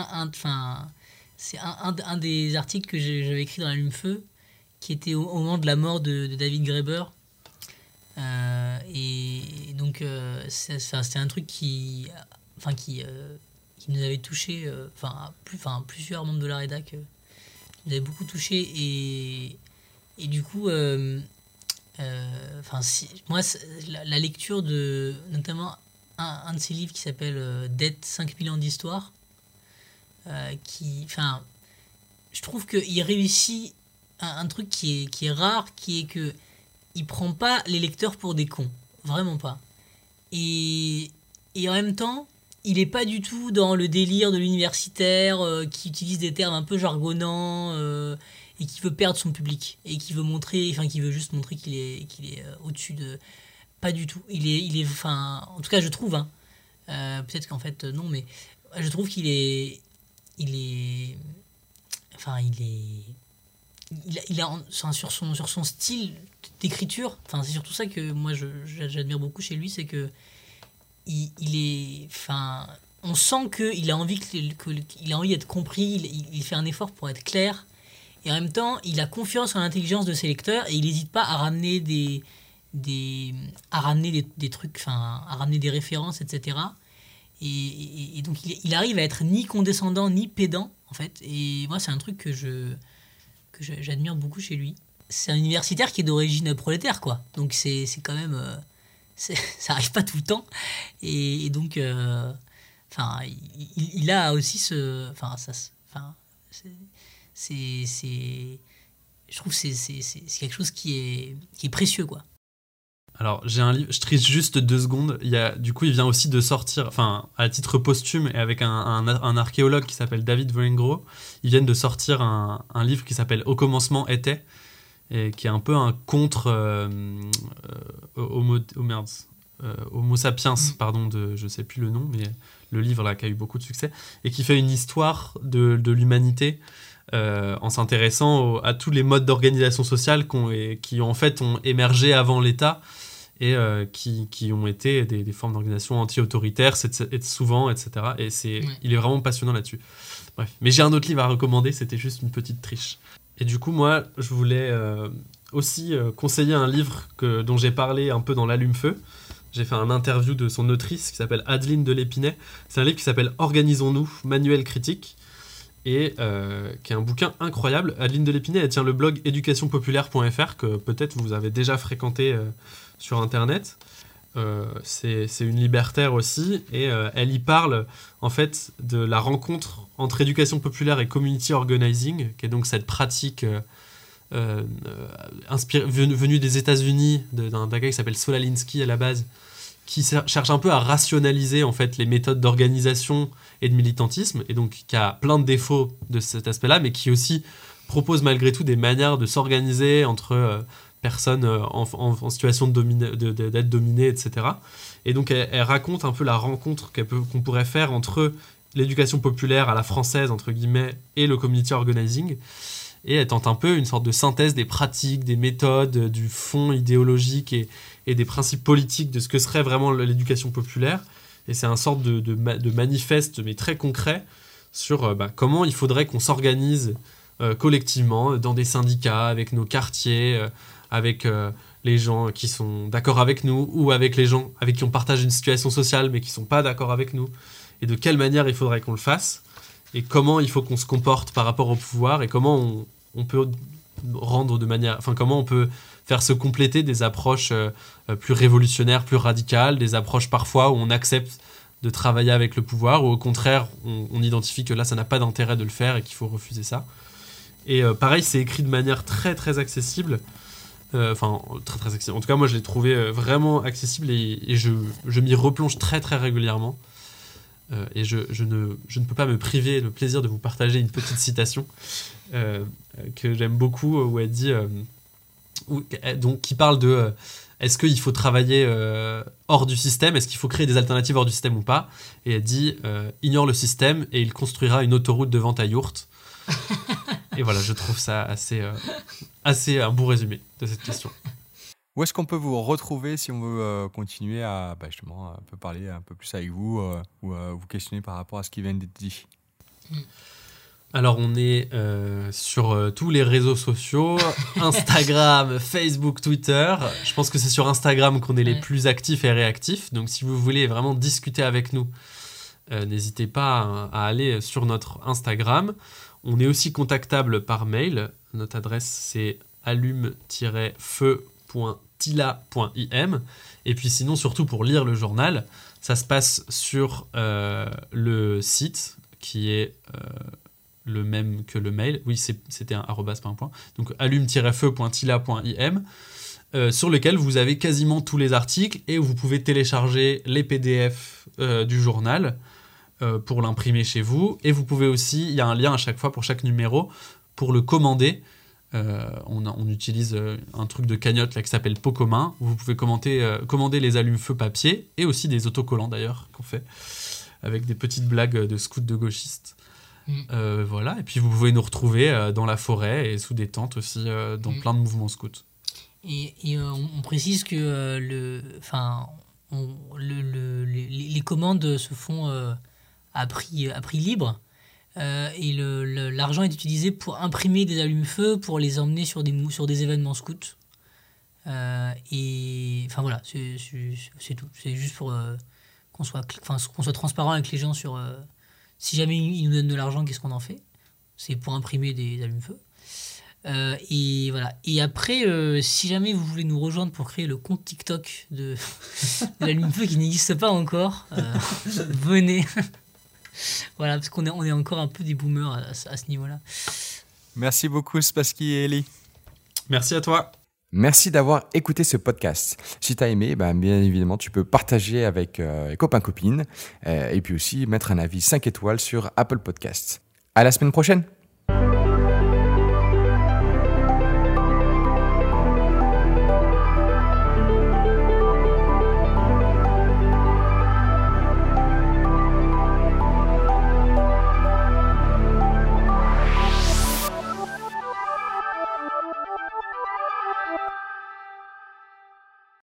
des articles que j'avais écrit dans l'Allume-Feu, qui était au moment de la mort de David Graeber. Et donc c'était un truc qui nous avait touché, plusieurs membres de la rédac qui nous avait beaucoup touché, et du coup moi la lecture de notamment un de ses livres qui s'appelle Dette 5000 ans d'histoire, je trouve qu'il réussit un truc qui est rare, qui est que il prend pas les lecteurs pour des cons, vraiment pas, et en même temps il est pas du tout dans le délire de l'universitaire qui utilise des termes un peu jargonnants et qui veut perdre son public et qui veut juste montrer qu'il est au-dessus de... Pas du tout. Il est en tout cas je trouve, peut-être qu'en fait non, mais je trouve qu'il est sur son style d'écriture. C'est surtout ça que moi j'admire beaucoup chez lui, c'est que il est, enfin, on sent qu'il a envie qu'il a envie d'être compris. Il fait un effort pour être clair, et en même temps, il a confiance en l'intelligence de ses lecteurs et il n'hésite pas à ramener des trucs, enfin, à ramener des références, etc. Et donc, il arrive à être ni condescendant ni pédant, en fait. Et moi, c'est un truc que j'admire beaucoup chez lui. C'est un universitaire qui est d'origine prolétaire, quoi. Donc, c'est quand même. Ça arrive pas tout le temps. Et donc, enfin, il a aussi ce. Enfin, ça. Enfin, je trouve que c'est quelque chose qui est précieux, quoi. Alors, j'ai un livre, je triche juste 2 secondes. Du coup, il vient aussi de sortir, enfin, à titre posthume et avec un archéologue qui s'appelle David Volengro. Ils viennent de sortir un livre qui s'appelle Au commencement était, et qui est un peu un contre Homo sapiens, pardon, je sais plus le nom, mais le livre là qui a eu beaucoup de succès, et qui fait une histoire de l'humanité en s'intéressant à tous les modes d'organisation sociale qui en fait ont émergé avant l'État et qui ont été des formes d'organisation anti-autoritaires souvent, etc. Et il est vraiment passionnant là-dessus. Bref. Mais j'ai un autre livre à recommander, c'était juste une petite triche. Et du coup, moi, je voulais aussi conseiller un livre dont j'ai parlé un peu dans l'Allume-Feu. J'ai fait un interview de son autrice qui s'appelle Adeline de l'Épinay. C'est un livre qui s'appelle Organisons-nous, manuel critique, et qui est un bouquin incroyable. Adeline de l'Épinay, elle tient le blog éducationpopulaire.fr que peut-être vous avez déjà fréquenté sur Internet. C'est une libertaire aussi, et elle y parle en fait de la rencontre entre éducation populaire et community organizing, qui est donc cette pratique venue des États-Unis d'un gars qui s'appelle Saul Alinsky à la base, qui cherche un peu à rationaliser en fait les méthodes d'organisation et de militantisme, et donc qui a plein de défauts de cet aspect-là, mais qui aussi propose malgré tout des manières de s'organiser entre personnes en situation d'être dominées, etc. Et donc elle raconte un peu la rencontre qu'on pourrait faire entre l'éducation populaire à la française, entre guillemets, et le community organizing. Et elle tente un peu une sorte de synthèse des pratiques, des méthodes, du fond idéologique et des principes politiques de ce que serait vraiment l'éducation populaire. Et c'est un sorte de manifeste, mais très concret, sur comment il faudrait qu'on s'organise collectivement, dans des syndicats, avec nos quartiers, avec les gens qui sont d'accord avec nous, ou avec les gens avec qui on partage une situation sociale, mais qui ne sont pas d'accord avec nous. Et de quelle manière il faudrait qu'on le fasse, et comment il faut qu'on se comporte par rapport au pouvoir, et comment on peut rendre de manière... Enfin, comment on peut faire se compléter des approches plus révolutionnaires, plus radicales, des approches parfois où on accepte de travailler avec le pouvoir, ou au contraire, on identifie que là, ça n'a pas d'intérêt de le faire et qu'il faut refuser ça. Et pareil, c'est écrit de manière très, très accessible. Enfin, très, très accessible. En tout cas, moi, je l'ai trouvé vraiment accessible, et je m'y replonge très, très régulièrement. Et je ne peux pas me priver le plaisir de vous partager une petite citation que j'aime beaucoup, où elle dit... donc, qui parle de est-ce qu'il faut travailler hors du système, est-ce qu'il faut créer des alternatives hors du système ou pas, et elle dit ignore le système et il construira une autoroute devant ta yourte. Et voilà, je trouve ça assez un bon résumé de cette question. Où est-ce qu'on peut vous retrouver si on veut continuer à justement un peu parler un peu plus avec vous ou vous questionner par rapport à ce qui vient d'être dit? Alors, on est sur tous les réseaux sociaux, Instagram, Facebook, Twitter. Je pense que c'est sur Instagram qu'on est les plus actifs et réactifs. Donc, si vous voulez vraiment discuter avec nous, n'hésitez pas à aller sur notre Instagram. On est aussi contactable par mail. Notre adresse, c'est allume-feu.tila.im. Et puis sinon, surtout pour lire le journal, ça se passe sur le site qui est... le même que le mail, oui c'était un arrobas, pas un point, donc allume-feu.tila.im, sur lequel vous avez quasiment tous les articles, et où vous pouvez télécharger les PDF du journal pour l'imprimer chez vous, et vous pouvez aussi, il y a un lien à chaque fois pour chaque numéro, pour le commander. On utilise un truc de cagnotte là, qui s'appelle Pot commun, où vous pouvez commander les allumes-feu papier, et aussi des autocollants d'ailleurs qu'on fait, avec des petites blagues de scouts de gauchistes. Voilà, et puis vous pouvez nous retrouver dans la forêt et sous des tentes aussi, dans plein de mouvements scouts. Et on précise que les commandes se font à prix libre. Et l'argent est utilisé pour imprimer des allumes-feu, pour les emmener sur des événements scouts. Et enfin voilà, c'est tout. C'est juste pour qu'on soit transparent avec les gens sur si jamais ils nous donnent de l'argent, qu'est-ce qu'on en fait. C'est pour imprimer des allumes-feu. Et voilà. Et après, si jamais vous voulez nous rejoindre pour créer le compte TikTok de l'allume-feu qui n'existe pas encore, venez. Voilà, parce qu'on est encore un peu des boomers à ce niveau-là. Merci beaucoup Spassky et Ellie. Merci à toi. Merci d'avoir écouté ce podcast. Si tu as aimé, bien évidemment, tu peux partager avec copains-copines et puis aussi mettre un avis 5 étoiles sur Apple Podcasts. À la semaine prochaine.